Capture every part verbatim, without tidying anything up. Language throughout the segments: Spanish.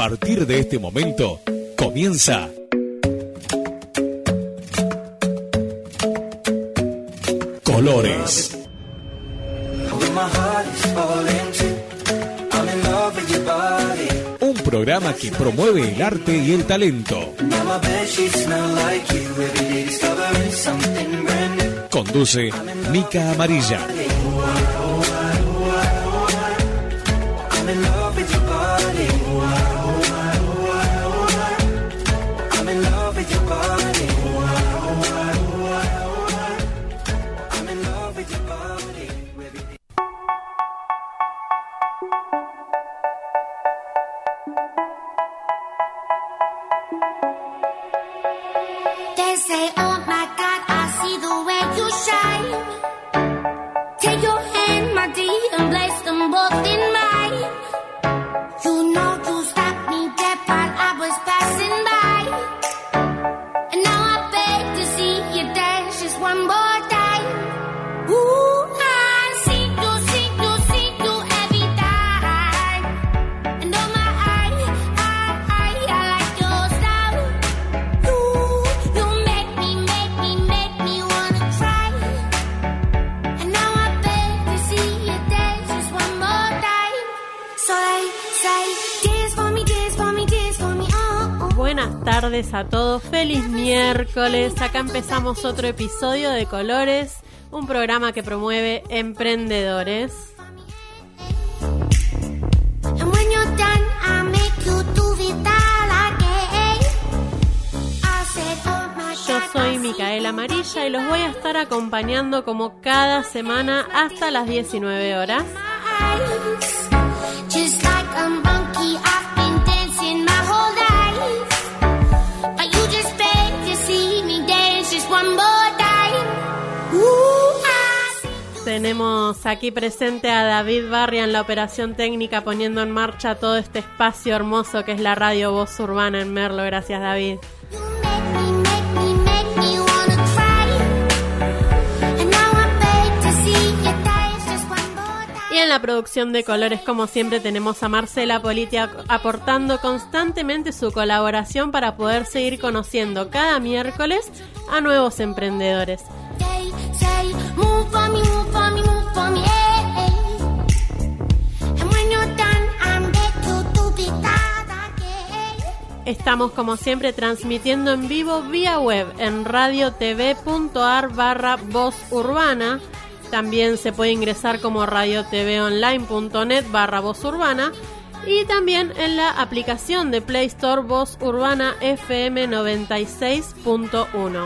partir de este momento, comienza Colores. Un programa que promueve el arte y el talento. Conduce Mica Amarilla. A todos, feliz miércoles. Acá empezamos otro episodio de Colores, un programa que promueve emprendedores. Yo soy Micaela Amarilla y los voy a estar acompañando como cada semana hasta las diecinueve horas. Tenemos aquí presente a David Barria en la operación técnica, poniendo en marcha todo este espacio hermoso que es la radio Voz Urbana en Merlo. Gracias, David. Y en la producción de Colores, como siempre, tenemos a Marcela Politi aportando constantemente su colaboración para poder seguir conociendo cada miércoles a nuevos emprendedores. Estamos como siempre transmitiendo en vivo vía web en radiotv.ar barra voz urbana. También se puede ingresar como radiotvonline.net barra voz urbana. Y también en la aplicación de Play Store Voz Urbana F M noventa y seis punto uno.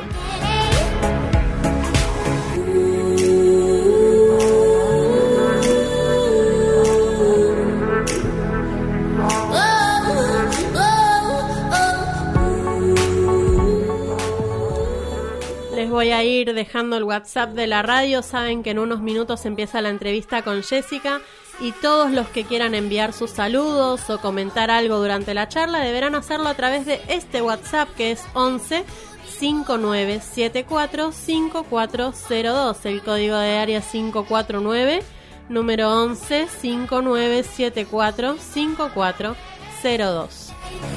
Les voy a ir dejando el WhatsApp de la radio. Saben que en unos minutos empieza la entrevista con Jessica y todos los que quieran enviar sus saludos o comentar algo durante la charla deberán hacerlo a través de este WhatsApp que es once cinco nueve siete cuatro cinco cuatro cero dos, el código de área cinco cuatro nueve, número once cinco nueve siete cuatro cinco cuatro cero dos.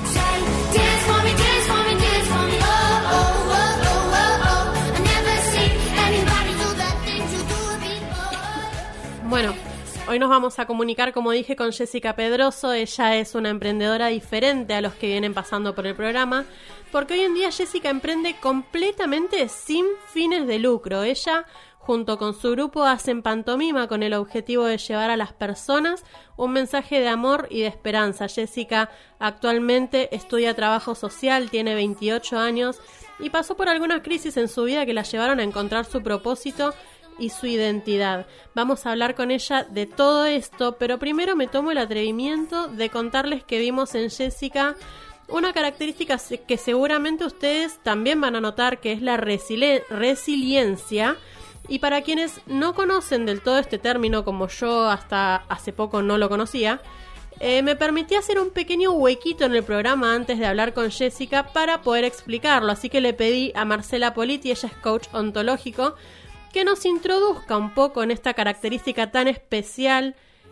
Bueno, hoy nos vamos a comunicar, como dije, con Jessica Pedroso. Ella es una emprendedora diferente a los que vienen pasando por el programa, porque hoy en día Jessica emprende completamente sin fines de lucro. Ella, junto con su grupo, hacen pantomima con el objetivo de llevar a las personas un mensaje de amor y de esperanza. Jessica actualmente estudia trabajo social, tiene veintiocho años y pasó por algunas crisis en su vida que la llevaron a encontrar su propósito y su identidad. Vamos a hablar con ella de todo esto, pero primero me tomo el atrevimiento de contarles que vimos en Jessica una característica que seguramente ustedes también van a notar, que es la resili- resiliencia. Y para quienes no conocen del todo este término, como yo hasta hace poco no lo conocía, eh, me permití hacer un pequeño huequito en el programa antes de hablar con Jessica para poder explicarlo. Así que le pedí a Marcela Politi, ella es coach ontológico, que nos introduzca un poco en esta característica tan especial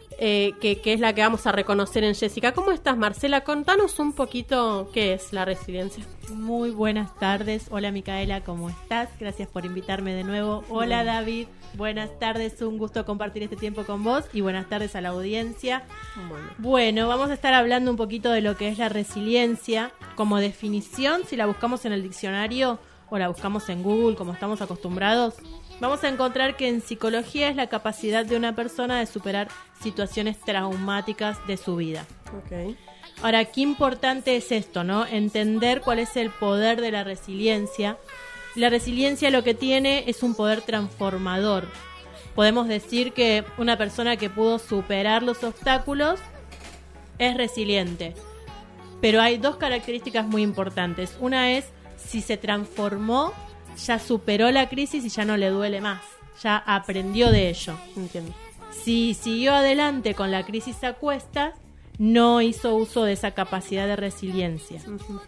eh, que, que es la que vamos a reconocer en Jessica. ¿Cómo estás, Marcela? Contanos un poquito qué es la resiliencia. Muy buenas tardes. Hola, Micaela, ¿cómo estás? Gracias por invitarme de nuevo. Hola, David. Buenas tardes, un gusto compartir este tiempo con vos y buenas tardes a la audiencia. Bueno. bueno, vamos a estar hablando un poquito de lo que es la resiliencia. Como definición, si la buscamos en el diccionario o la buscamos en Google, como estamos acostumbrados, vamos a encontrar que en psicología es la capacidad de una persona de superar situaciones traumáticas de su vida. Okay. Ahora, qué importante es esto, ¿no? Entender cuál es el poder de la resiliencia. La resiliencia lo que tiene es un poder transformador. Podemos decir que una persona que pudo superar los obstáculos es resiliente. Pero hay dos características muy importantes. Una es si se transformó, ya superó la crisis y ya no le duele más. Ya aprendió de ello. Entiendo. Si siguió adelante con la crisis a cuestas, no hizo uso de esa capacidad de resiliencia. Uh-huh.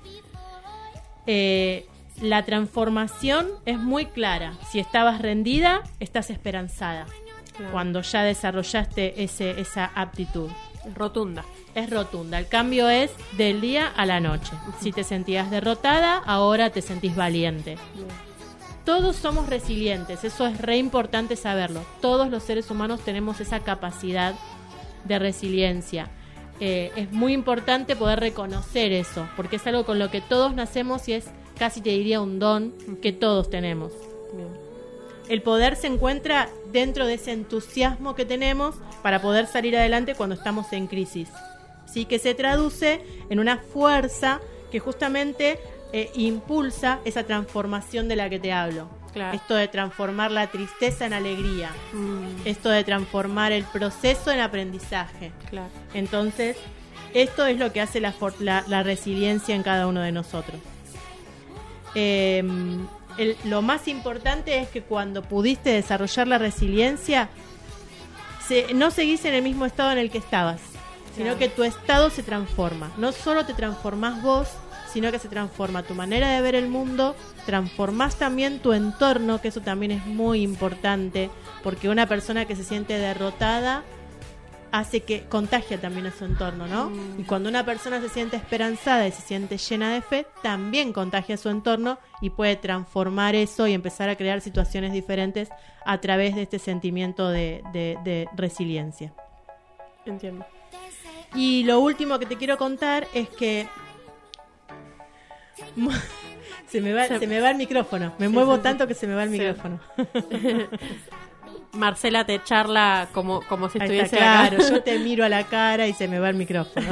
Eh... La transformación es muy clara. Si estabas rendida, estás esperanzada. Claro. Cuando ya desarrollaste ese, esa aptitud. Es rotunda. Es rotunda. El cambio es del día a la noche. Uh-huh. Si te sentías derrotada, ahora te sentís valiente. Bien. Todos somos resilientes. Eso es re importante saberlo. Todos los seres humanos tenemos esa capacidad de resiliencia. Eh, es muy importante poder reconocer eso, porque es algo con lo que todos nacemos y es casi te diría un don que todos tenemos. Bien. El poder se encuentra dentro de ese entusiasmo que tenemos para poder salir adelante cuando estamos en crisis. Sí, que se traduce en una fuerza que justamente eh, impulsa esa transformación de la que te hablo. Claro. Esto de transformar la tristeza en alegría. Mm. Esto de transformar el proceso en aprendizaje. Claro. Entonces, esto es lo que hace la, for- la, la resiliencia en cada uno de nosotros. Eh, el, lo más importante es que cuando pudiste desarrollar la resiliencia, se, no seguís en el mismo estado en el que estabas, sino claro. que tu estado se transforma. No solo te transformás vos, sino que se transforma tu manera de ver el mundo, transformás también tu entorno, que eso también es muy importante, porque una persona que se siente derrotada hace que contagia también a su entorno, ¿no? Mm. Y cuando una persona se siente esperanzada y se siente llena de fe, también contagia a su entorno y puede transformar eso y empezar a crear situaciones diferentes a través de este sentimiento de, de, de resiliencia. Entiendo. Y lo último que te quiero contar es que se me va, se... se me va el micrófono. Me sí, muevo sí, tanto sí. que se me va el sí. micrófono. Marcela te charla como, como si Ahí estuviese está, acá. Claro, yo te miro a la cara y se me va el micrófono.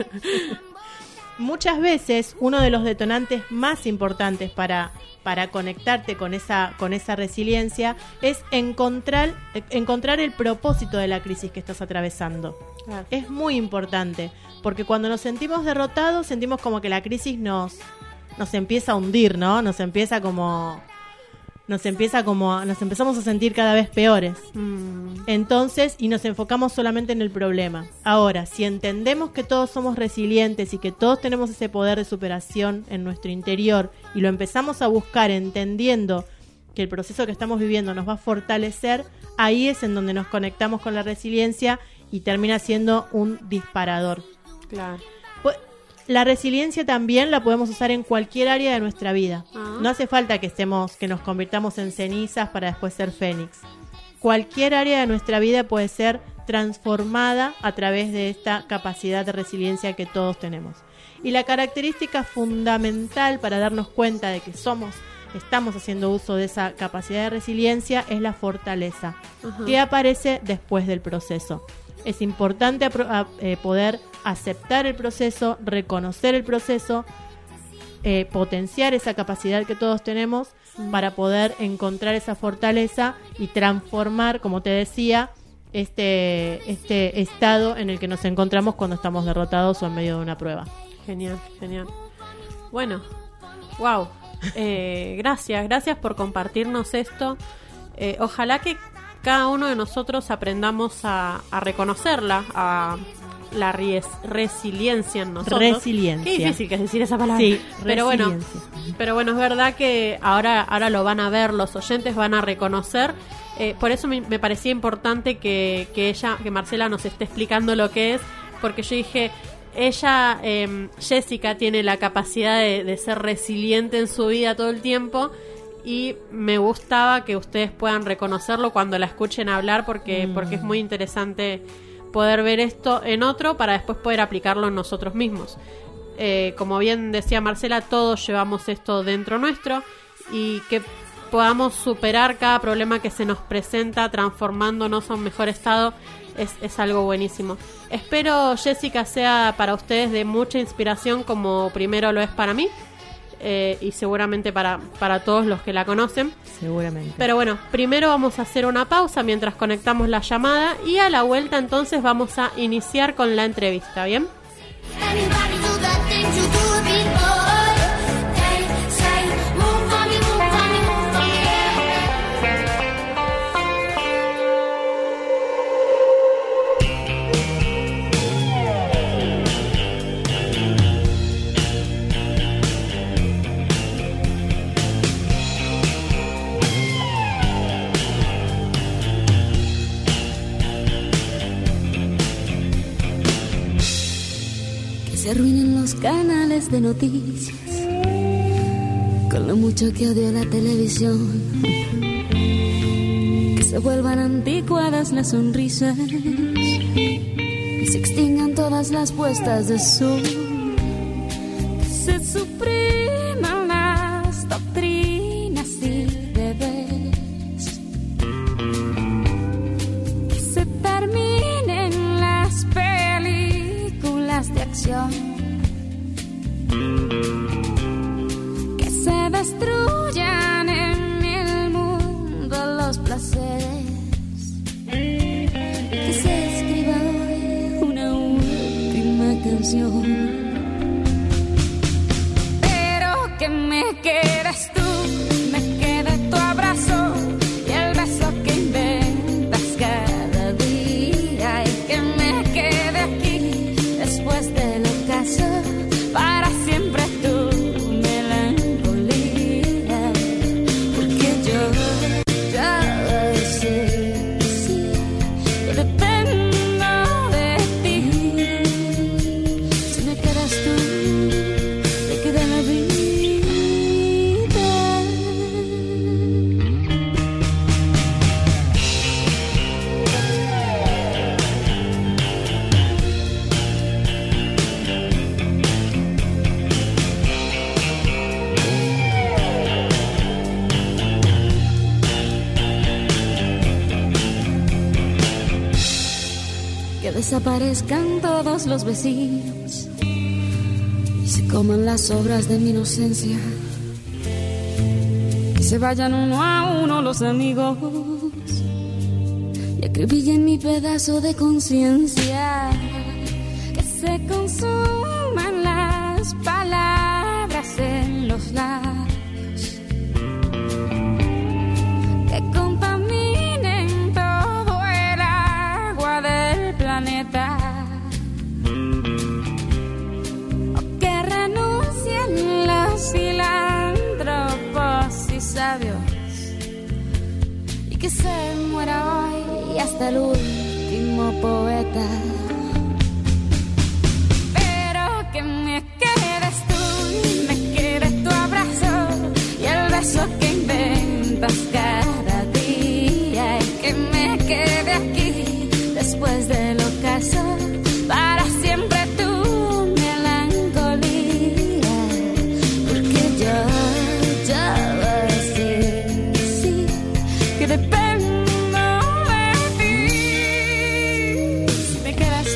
Muchas veces uno de los detonantes más importantes para, para conectarte con esa, con esa resiliencia es encontrar, encontrar el propósito de la crisis que estás atravesando. Claro. Es muy importante, porque cuando nos sentimos derrotados, sentimos como que la crisis nos, nos empieza a hundir, ¿no? Nos empieza como... nos empieza como nos empezamos a sentir cada vez peores. Mm. Entonces, y nos enfocamos solamente en el problema. Ahora, si entendemos que todos somos resilientes y que todos tenemos ese poder de superación en nuestro interior y lo empezamos a buscar entendiendo que el proceso que estamos viviendo nos va a fortalecer, ahí es en donde nos conectamos con la resiliencia y termina siendo un disparador. Claro. La resiliencia también la podemos usar en cualquier área de nuestra vida. Uh-huh. No hace falta que estemos, que nos convirtamos en cenizas para después ser fénix. Cualquier área de nuestra vida puede ser transformada a través de esta capacidad de resiliencia que todos tenemos. Y la característica fundamental para darnos cuenta de que somos, estamos haciendo uso de esa capacidad de resiliencia es la fortaleza, uh-huh. que aparece después del proceso. Es importante apro- a, eh, poder aceptar el proceso, reconocer el proceso, eh, potenciar esa capacidad que todos tenemos para poder encontrar esa fortaleza y transformar, como te decía, este, este estado en el que nos encontramos cuando estamos derrotados o en medio de una prueba. Genial, genial. Bueno, wow. Eh, gracias, gracias por compartirnos esto. Eh, ojalá que cada uno de nosotros aprendamos a, a reconocerla, a la res, resiliencia en nosotros. Resiliencia. Qué difícil que es decir esa palabra. Sí, pero bueno, pero bueno, es verdad que ahora, ahora lo van a ver, los oyentes van a reconocer Eh, por eso me, me parecía importante que, que ella, que Marcela nos esté explicando lo que es, porque yo dije, ella, eh, Jessica, tiene la capacidad de, de ser resiliente en su vida todo el tiempo, y me gustaba que ustedes puedan reconocerlo cuando la escuchen hablar, porque, mm. porque es muy interesante poder ver esto en otro para después poder aplicarlo en nosotros mismos. Eh, como bien decía Marcela, todos llevamos esto dentro nuestro, y que podamos superar cada problema que se nos presenta transformándonos a un mejor estado es, es algo buenísimo. Espero, Jessica, sea para ustedes de mucha inspiración como primero lo es para mí, eh, y seguramente para, para todos los que la conocen. Seguramente. Pero bueno, primero vamos a hacer una pausa mientras conectamos la llamada, y a la vuelta entonces vamos a iniciar con la entrevista, ¿bien? Se arruinen los canales de noticias con lo mucho que odio la televisión, que se vuelvan anticuadas las sonrisas y se extingan todas las puestas de sol, que se supriman las doctrinas y deberes, que se terminen las películas de acción, que se destruyan en el mundo los placeres, que se escriba hoy una última canción, pero que me quedes tú, me quede tu abrazo y el beso que inventas cada día, y que me quede aquí después del ocaso para siempre tu melancolía, porque yo ya sé, sí, que dependo de ti. Si me quedas tú, te queda la vida. Que desaparezcan todos los vecinos y se coman las obras de mi inocencia, que se vayan uno a uno los amigos y acribillen mi pedazo de conciencia, que se consuman las palabras en los labios, que contaminen todo el agua del planeta, o que renuncien los filántropos y sabios, y que se muera hoy hasta el último poeta, pero que me quedes tú, me quede tu abrazo y el beso que inventas cada día, y que me quede aquí después del ocaso para siempre tu melancolía, porque yo ya sé, sí, que dependo de ti. Si me quedas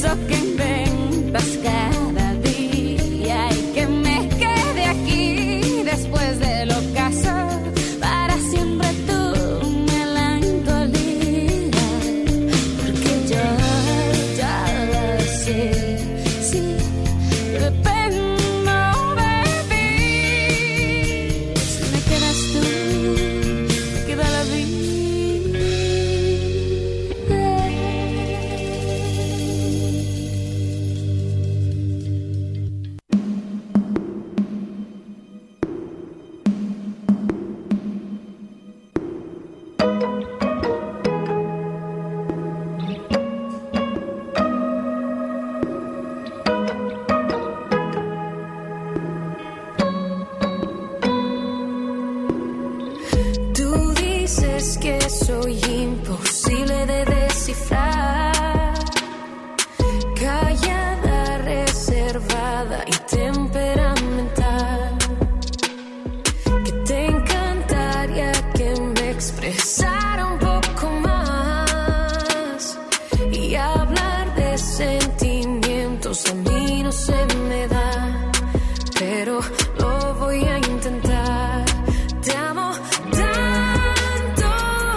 beso que inventas cada día y que me quede aquí después del ocaso. Para siempre tu melancolía, porque yo, yo lo sé, sí, dependo de ti. Si me quedas tú, me queda la vida. Tú dices que soy imposible de descifrar, callada, reservada y temperamental, que te encantaría que me expresara un poco más y hablar de sentimientos a mí no se me da, pero lo voy a intentar. Te amo tanto,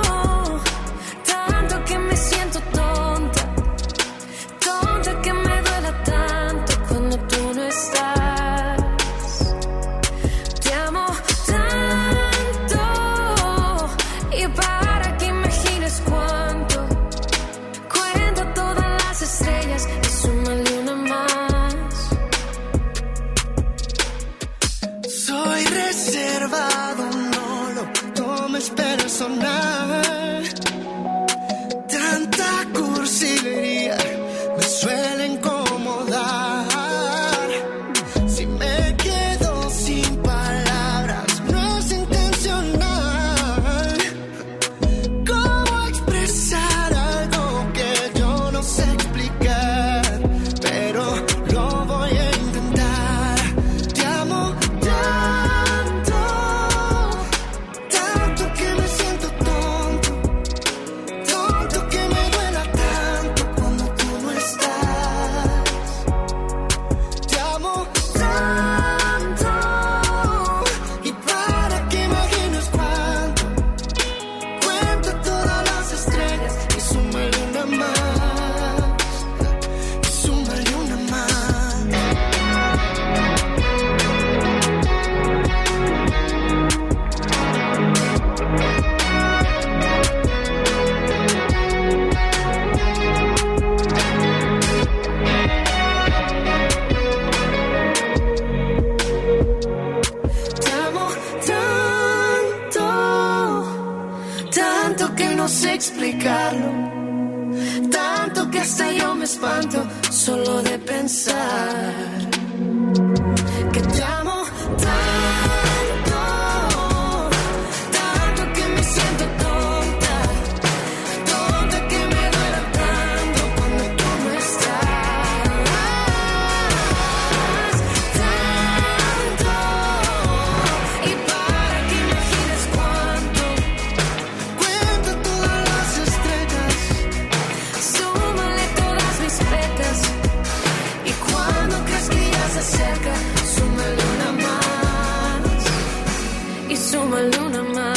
tanto que me siento tonta, tonta que me duela tanto cuando tú no estás. Te amo tanto, y para que imagines cuánto, cuenta todas las estrellas y súmale una más. Soy reservado, no lo tomes personal. Tanta cursilería me suele incomodar. Si me quedo sin palabras, no es intencional. ¿Cómo expresar algo que yo no sé explicar? Pero lo voy a intentar. Te amo tanto, tanto que me siento tonto, tonto que me duela tanto cuando tú no estás. Te amo tanto, y para que imagines cuánto, cuenta todas las estrellas y súmale una más, y súmale una más. Te amo tanto, tanto que no sé explicarlo, tanto que hasta yo me espanto solo de pensar que te amo tanto, tanto que me siento tonta, tonta que me duela tanto cuando tú no estás. Tanto, y para que imagines cuánto, cuenta todas las estrellas, súmale todas mis pecas, y cuando creas que ya se acerca, súmale una más, y súmale una más.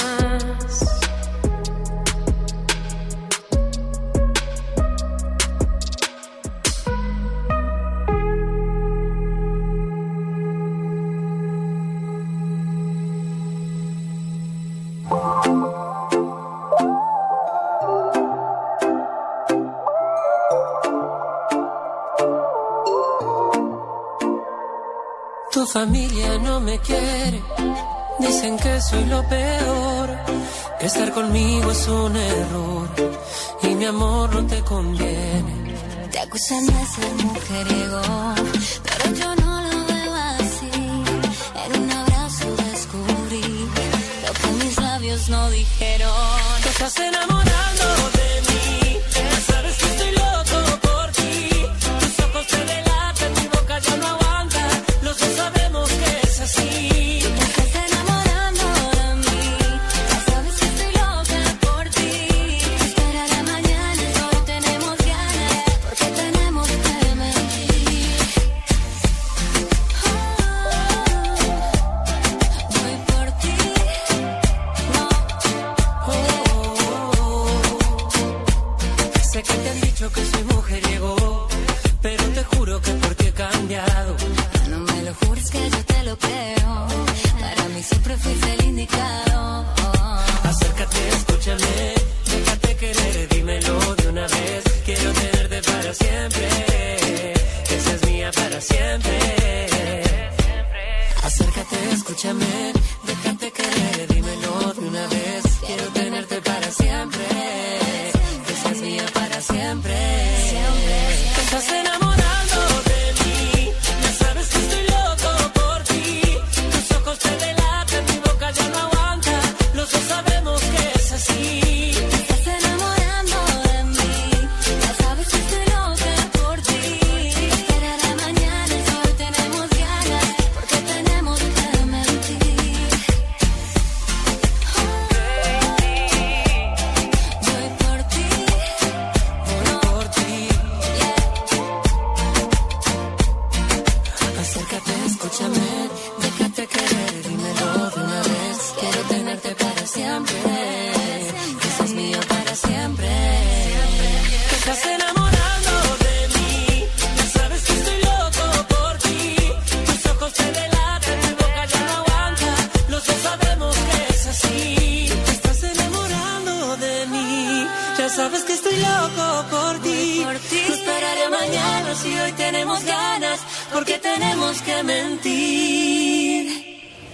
Tu familia no me quiere, dicen que soy lo peor, que estar conmigo es un error y mi amor no te conviene. Te acusan de ser mujeriego, pero yo no lo veo así. En un abrazo descubrí lo que mis labios no dijeron. Te estás enamorando de mí, ya sabes que estoy loco por ti. Tus ojos te delatan, mi boca ya no aguanta, los dos sabemos que es así. Te estás enamorando de mí, ya sabes que estoy loca por ti. Espera la mañana, hoy tenemos ganas, porque tenemos que si hoy tenemos ganas, porque tenemos que mentir.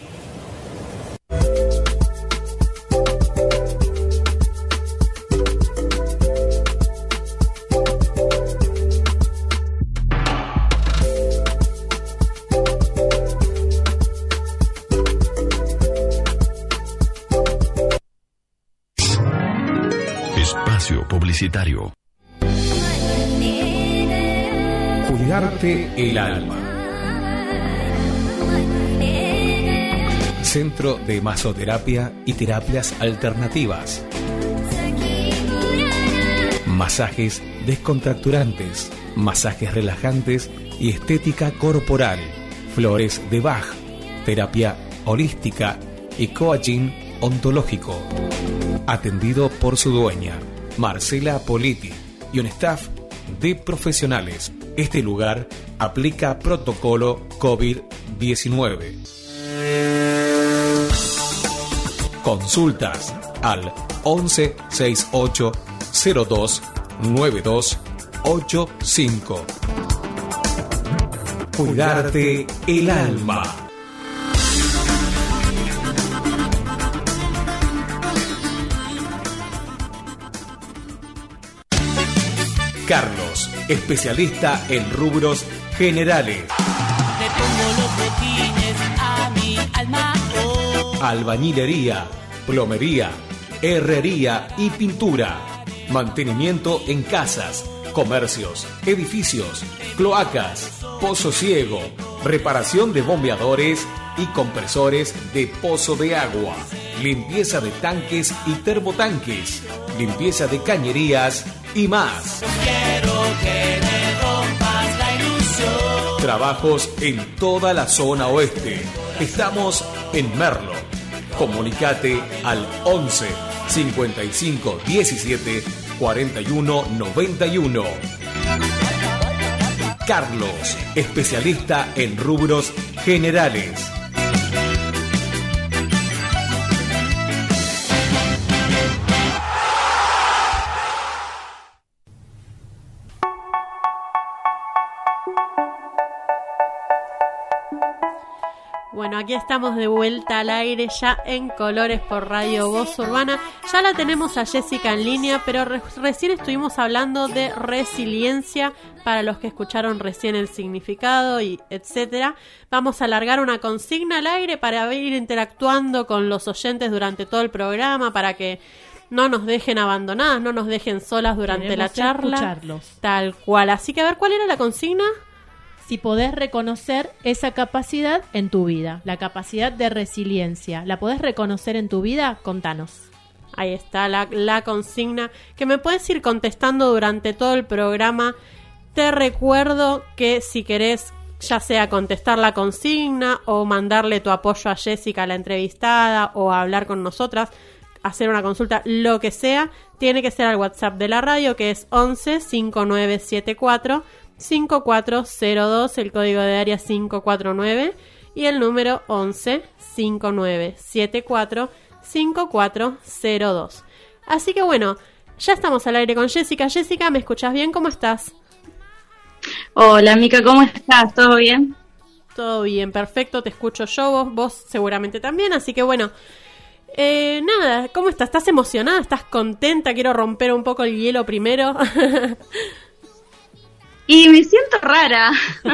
Publicitario. Cuidarte el alma. Centro de Masoterapia y Terapias Alternativas. Masajes descontracturantes, masajes relajantes y estética corporal. Flores de Bach, terapia holística y coaching ontológico. Atendido por su dueña, Marcela Politi, y un staff de profesionales. Este lugar aplica protocolo COVID diecinueve. Consultas al once sesenta y ocho cero dos nueve dos ocho cinco. Cuidarte el alma. Carlos, especialista en rubros generales. Le pongo los botines a mi alma. Oh. Albañilería, plomería, herrería y pintura. Mantenimiento en casas, comercios, edificios, cloacas, pozo ciego, reparación de bombeadores y compresores de pozo de agua, limpieza de tanques y termotanques, limpieza de cañerías y más. Quiero que me rompas la ilusión. Trabajos en toda la zona oeste. Estamos en Merlo. Comunicate al once cincuenta y cinco diecisiete cuarenta y uno noventa y uno. Carlos, especialista en rubros generales. Bueno, aquí estamos de vuelta al aire ya en Colores por Radio Voz Urbana. Ya la tenemos a Jessica en línea, pero re- recién estuvimos hablando de resiliencia para los que escucharon recién el significado y etcétera. Vamos a alargar una consigna al aire para ir interactuando con los oyentes durante todo el programa, para que no nos dejen abandonadas, no nos dejen solas durante Queremos la charla. escucharlos. Tal cual. Así que a ver, ¿cuál era la consigna? Si podés reconocer esa capacidad en tu vida, la capacidad de resiliencia, ¿la podés reconocer en tu vida? Contanos. Ahí está la, la consigna que me puedes ir contestando durante todo el programa. Te recuerdo que si querés, ya sea contestar la consigna o mandarle tu apoyo a Jessica, la entrevistada, o a hablar con nosotras, hacer una consulta, lo que sea, tiene que ser al WhatsApp de la radio, que es once cincuenta y nueve setenta y cuatro cincuenta y cuatro cero dos, el código de área cinco cuatro nueve y el número once cincuenta y nueve setenta y cuatro cincuenta y cuatro cero dos. Así que bueno, ya estamos al aire con Jessica. Jessica, ¿me escuchás bien? ¿Cómo estás? Hola, Mica, ¿cómo estás? ¿Todo bien? Todo bien, perfecto, te escucho yo, vos, vos seguramente también, así que bueno, eh, nada, ¿cómo estás? ¿Estás emocionada? ¿Estás contenta? Quiero romper un poco el hielo primero. Y me siento rara.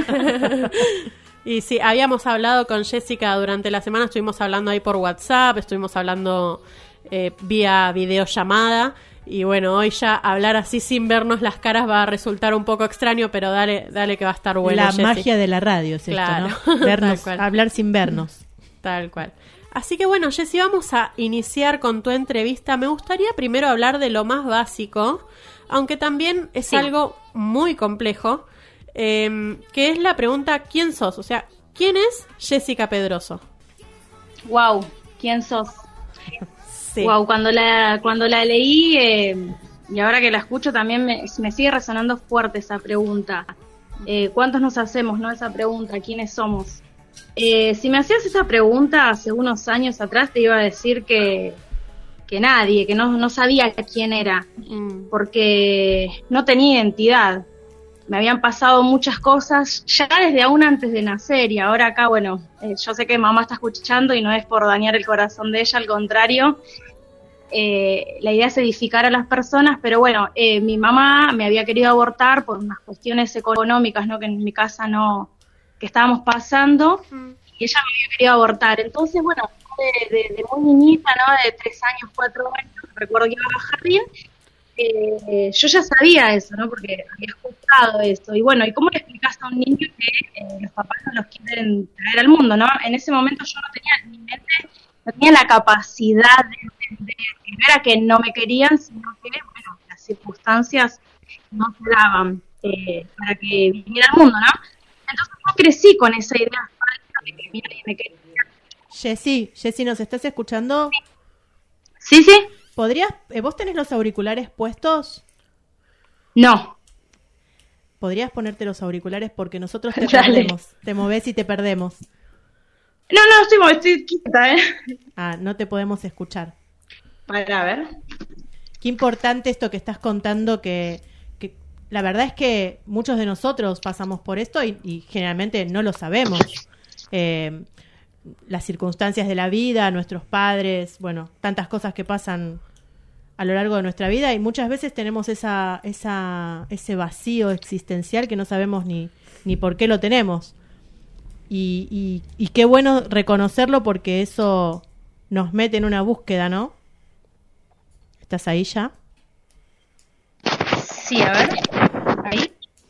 Y sí, habíamos hablado con Jessica durante la semana, estuvimos hablando ahí por WhatsApp, estuvimos hablando eh, vía videollamada, y bueno, hoy ya hablar así sin vernos las caras va a resultar un poco extraño, pero dale, dale que va a estar bueno. La Jessy. magia de la radio es claro. esto, ¿no? Vernos, hablar sin vernos. Tal cual. Así que bueno, Jessy, vamos a iniciar con tu entrevista. Me gustaría primero hablar de lo más básico, aunque también es sí. algo muy complejo, eh, que es la pregunta ¿quién sos? O sea, ¿quién es Jessica Pedroso? Wow, ¿quién sos? Sí. Wow, cuando la cuando la leí eh, y ahora que la escucho también me, me sigue resonando fuerte esa pregunta. Eh, ¿Cuántos nos hacemos, no, esa pregunta? ¿Quiénes somos? Eh, si me hacías esa pregunta hace unos años atrás te iba a decir que que nadie, que no, no sabía quién era, mm. porque no tenía identidad. me habían pasado muchas cosas ya desde aún antes de nacer, y ahora acá, bueno, eh, yo sé que mamá está escuchando y no es por dañar el corazón de ella, al contrario, eh, la idea es edificar a las personas, pero bueno, eh, mi mamá me había querido abortar por unas cuestiones económicas, ¿no? Que en mi casa no, que estábamos pasando, mm. y ella me había querido abortar. Entonces, bueno, de, de, de muy niñita, ¿no? De tres años, cuatro años, recuerdo que iba a jardín, eh, yo ya sabía eso, ¿no? Porque había escuchado eso. Y bueno, ¿y cómo le explicas a un niño que eh, los papás no los quieren traer al mundo, ¿no? En ese momento yo no tenía ni mente, no tenía la capacidad de entender que no era que no me querían, sino que, bueno, las circunstancias no se daban eh, para que viniera al mundo, ¿no? Entonces yo crecí con esa idea falsa de que nadie me quería. Jessy, Jessy, ¿nos estás escuchando? Sí, sí. ¿Podrías, eh, vos tenés los auriculares puestos? No. ¿Podrías ponerte los auriculares porque nosotros te perdemos? Te movés y te perdemos. No, no, estoy, estoy quieta, ¿eh? Ah, no te podemos escuchar. Para a ver. Qué importante esto que estás contando, que, que la verdad es que muchos de nosotros pasamos por esto y, y generalmente no lo sabemos. Eh, las circunstancias de la vida, nuestros padres, bueno, tantas cosas que pasan a lo largo de nuestra vida y muchas veces tenemos esa, esa, ese vacío existencial que no sabemos ni, ni por qué lo tenemos. Y, y, y qué bueno reconocerlo porque eso nos mete en una búsqueda, ¿no? ¿Estás ahí ya? Sí, a ver. Ahí.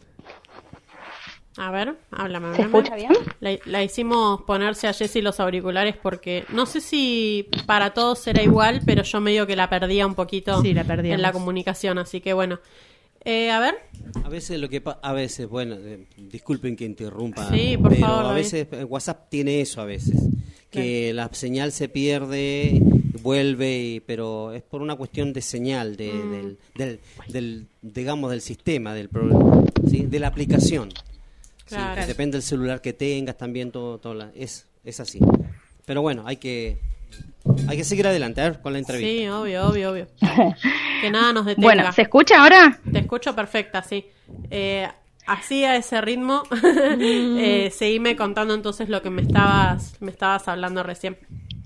A ver, háblame. háblame. ¿Se escucha bien? La, la hicimos ponerse a Jessy los auriculares porque no sé si para todos era igual, pero yo medio que la perdía un poquito sí, la perdíamos. En la comunicación, así que bueno. Eh, a ver. A veces lo que pa- a veces, bueno, eh, disculpen que interrumpa, sí, por pero favor, a veces eh, WhatsApp tiene eso a veces, que claro. La señal se pierde, vuelve, y, pero es por una cuestión de señal, de, mm. del, del, del, digamos, del sistema, del programa, ¿sí? De la aplicación. Claro. Sí, depende del celular que tengas también, todo, todo la, es, es así. Pero bueno, hay que hay que seguir adelante, a ver, con la entrevista. Sí, obvio, obvio, obvio. Que nada nos detenga. Bueno, ¿se escucha ahora? Te escucho perfecta, sí. Eh, así a ese ritmo, eh, seguime contando entonces lo que me estabas, me estabas hablando recién.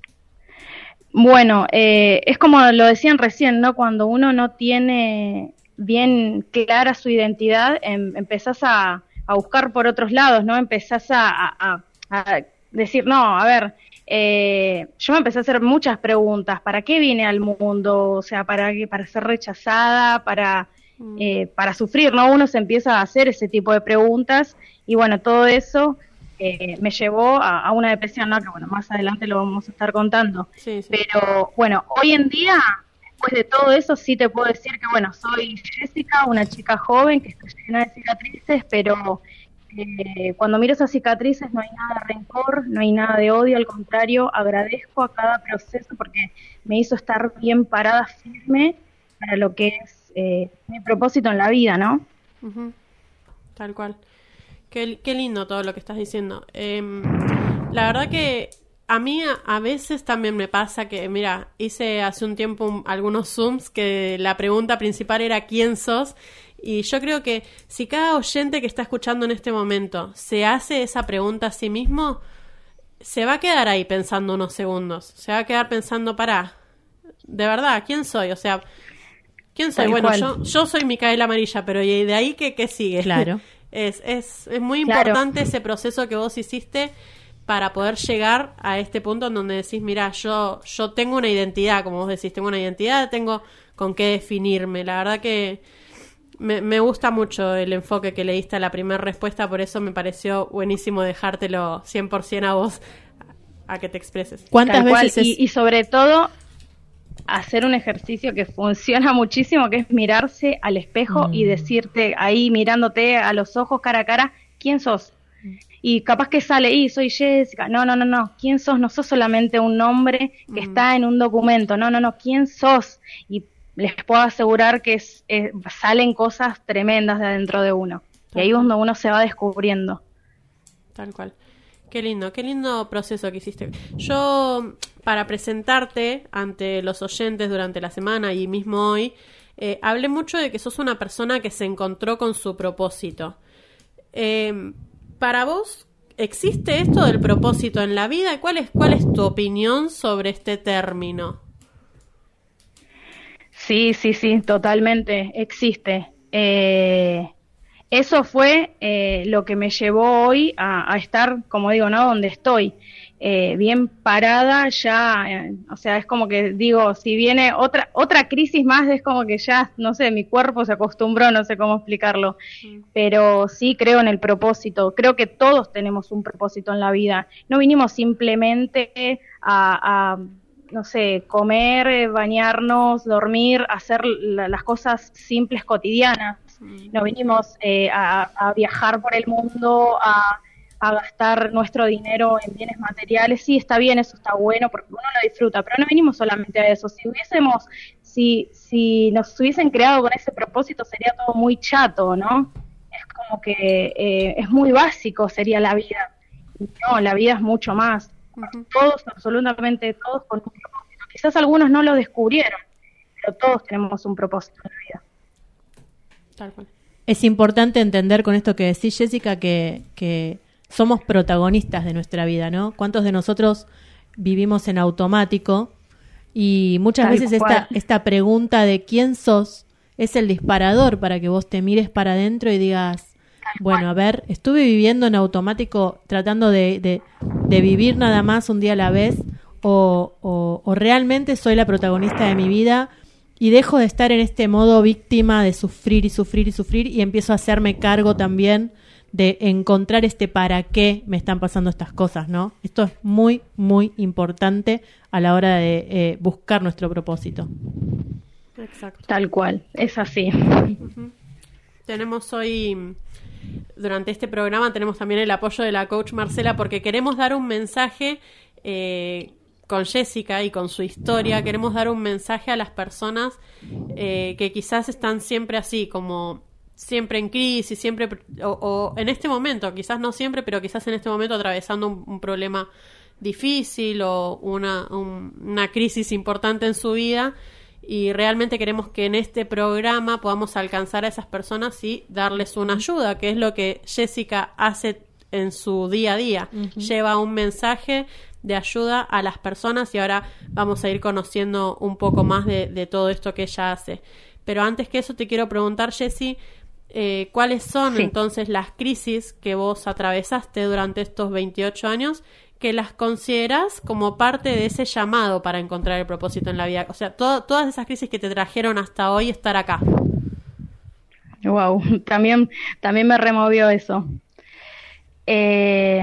Bueno, eh, es como lo decían recién, ¿no? Cuando uno no tiene bien clara su identidad, em, empezás a a buscar por otros lados, ¿no? Empezás a, a, a decir, no, a ver, eh, yo me empecé a hacer muchas preguntas, ¿para qué vine al mundo? O sea, ¿para qué? Para ser rechazada, para, mm. eh, para sufrir, ¿no? Uno se empieza a hacer ese tipo de preguntas y bueno, todo eso eh, me llevó a, a una depresión, ¿no? Que bueno, más adelante lo vamos a estar contando. Sí, sí. Pero bueno, hoy en día, después de todo eso, sí te puedo decir que, bueno, soy Jessica, una chica joven que está llena de cicatrices, pero eh, cuando miro esas cicatrices no hay nada de rencor, no hay nada de odio, al contrario, agradezco a cada proceso porque me hizo estar bien parada, firme, para lo que es eh, mi propósito en la vida, ¿no? Uh-huh. Tal cual. Qué, qué lindo todo lo que estás diciendo. Eh, la verdad que a mí a, a veces también me pasa que, mira, hice hace un tiempo un, algunos Zooms que la pregunta principal era ¿quién sos? Y yo creo que si cada oyente que está escuchando en este momento se hace esa pregunta a sí mismo, se va a quedar ahí pensando unos segundos. Se va a quedar pensando, pará, de verdad, ¿quién soy? O sea, ¿quién soy? Tal bueno, yo, yo soy Micaela Amarilla, pero ¿y de ahí qué, qué sigue? Claro. Es, es, es muy claro. importante ese proceso que vos hiciste para poder llegar a este punto en donde decís, mira, yo yo tengo una identidad, como vos decís, tengo una identidad, tengo con qué definirme. La verdad que me, me gusta mucho el enfoque que le diste a la primera respuesta, por eso me pareció buenísimo dejártelo cien por ciento a vos, a que te expreses. ¿Cuántas Tal veces cual. es... y, y sobre todo hacer un ejercicio que funciona muchísimo, que es mirarse al espejo mm. y decirte ahí mirándote a los ojos cara a cara, ¿quién sos? Y capaz que sale, y soy Jessica, no, no, no, no, ¿quién sos? No sos solamente un nombre que mm. está en un documento, no, no, no, ¿quién sos? Y les puedo asegurar que es, es, salen cosas tremendas de adentro de uno, Tal y ahí es donde uno se va descubriendo. Tal cual. Qué lindo, qué lindo proceso que hiciste. Yo, para presentarte ante los oyentes durante la semana y mismo hoy, eh, hablé mucho de que sos una persona que se encontró con su propósito. Eh, para vos, ¿existe esto del propósito en la vida? ¿Cuál es, cuál es tu opinión sobre este término? Sí, sí, sí, totalmente, existe. Eh, eso fue eh, lo que me llevó hoy a, a estar, como digo, ¿no? Donde estoy, eh, bien parada ya, eh, o sea, es como que digo, si viene otra otra crisis más, es como que ya, no sé, mi cuerpo se acostumbró, no sé cómo explicarlo, mm. pero sí creo en el propósito, creo que todos tenemos un propósito en la vida, no vinimos simplemente a... a no sé, comer, bañarnos, dormir, hacer la, las cosas simples cotidianas. No vinimos eh, a, a viajar por el mundo, a, a gastar nuestro dinero en bienes materiales. Sí, está bien, eso está bueno porque uno lo disfruta, pero no vinimos solamente a eso. Si hubiésemos, si, si nos hubiesen creado con ese propósito, sería todo muy chato, ¿no? Es como que eh, es muy básico sería la vida. No, la vida es mucho más. Todos, absolutamente todos con un propósito. Quizás algunos no lo descubrieron, pero todos tenemos un propósito en la vida. Tal cual. Es importante entender con esto que decís, Jessica, que, que somos protagonistas de nuestra vida, ¿no? ¿Cuántos de nosotros vivimos en automático? Y muchas Tal veces esta, esta pregunta de quién sos es el disparador para que vos te mires para adentro y digas, bueno, a ver, estuve viviendo en automático tratando de, de, de vivir nada más un día a la vez o, o, o realmente soy la protagonista de mi vida y dejo de estar en este modo víctima de sufrir y sufrir y sufrir y empiezo a hacerme cargo también de encontrar este para qué me están pasando estas cosas, ¿no? Esto es muy, muy importante a la hora de eh, buscar nuestro propósito. Exacto. Tal cual, es así. Uh-huh. Tenemos hoy... Durante este programa tenemos también el apoyo de la coach Marcela porque queremos dar un mensaje eh, con Jessica y con su historia, queremos dar un mensaje a las personas eh, que quizás están siempre así, como siempre en crisis, siempre o, o en este momento, quizás no siempre, pero quizás en este momento atravesando un, un problema difícil o una, un, una crisis importante en su vida. Y realmente queremos que en este programa podamos alcanzar a esas personas y darles una ayuda, que es lo que Jessica hace en su día a día. Uh-huh. Lleva un mensaje de ayuda a las personas y ahora vamos a ir conociendo un poco más de, de todo esto que ella hace. Pero antes que eso te quiero preguntar, Jessy, eh, ¿cuáles son sí. entonces las crisis que vos atravesaste durante estos veintiocho años que las considerás como parte de ese llamado para encontrar el propósito en la vida? O sea, to- todas esas crisis que te trajeron hasta hoy estar acá. Wow, también, también me removió eso. Eh,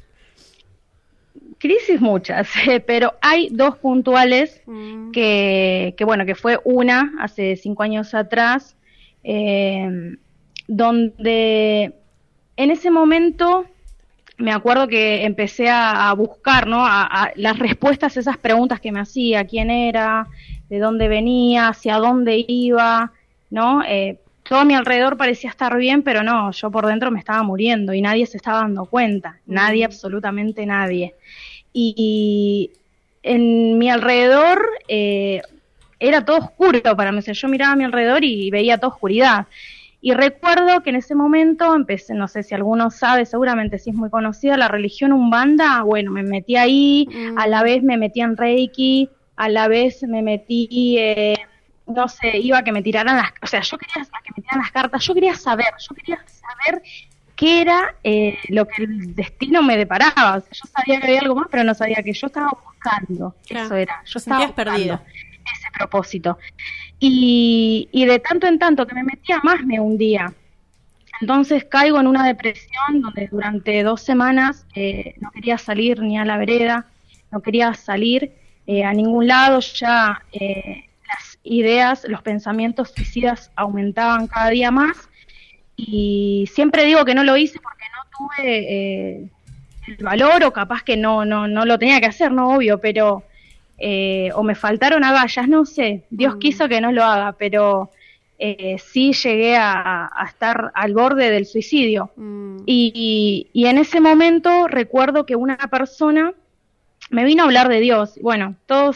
crisis muchas, pero hay dos puntuales mm. que, que, bueno, que fue una hace cinco años atrás, eh, donde en ese momento... me acuerdo que empecé a, a buscar, ¿no? A, a las respuestas a esas preguntas que me hacía, quién era, de dónde venía, hacia dónde iba, ¿no? Eh, todo a mi alrededor parecía estar bien, pero no, yo por dentro me estaba muriendo y nadie se estaba dando cuenta, nadie, absolutamente nadie. Y, y en mi alrededor eh, era todo oscuro para mí, o sea, yo miraba a mi alrededor y veía toda oscuridad. Y recuerdo que en ese momento empecé, no sé si alguno sabe, seguramente sí es muy conocida, la religión Umbanda. Bueno, me metí ahí, mm. a la vez me metí en Reiki, a la vez me metí, eh, no sé, iba a que me tiraran las, o sea, yo quería a que me tiraran las cartas, yo quería saber, yo quería saber qué era eh, lo que el destino me deparaba. O sea, yo sabía que había algo más, pero no sabía que yo estaba buscando, claro. Eso era, yo estaba buscando perdida. Ese propósito. Y, y de tanto en tanto que me metía más me hundía. Entonces caigo en una depresión donde durante dos semanas eh, no quería salir ni a la vereda, no quería salir eh, a ningún lado, ya eh, las ideas, los pensamientos suicidas aumentaban cada día más y siempre digo que no lo hice porque no tuve eh, el valor o capaz que no, no, no lo tenía que hacer, no obvio, pero... Eh, o me faltaron agallas, no sé, Dios mm. quiso que no lo haga, pero eh, sí llegué a, a estar al borde del suicidio. Mm. Y, y, y en ese momento recuerdo que una persona me vino a hablar de Dios. Bueno, todos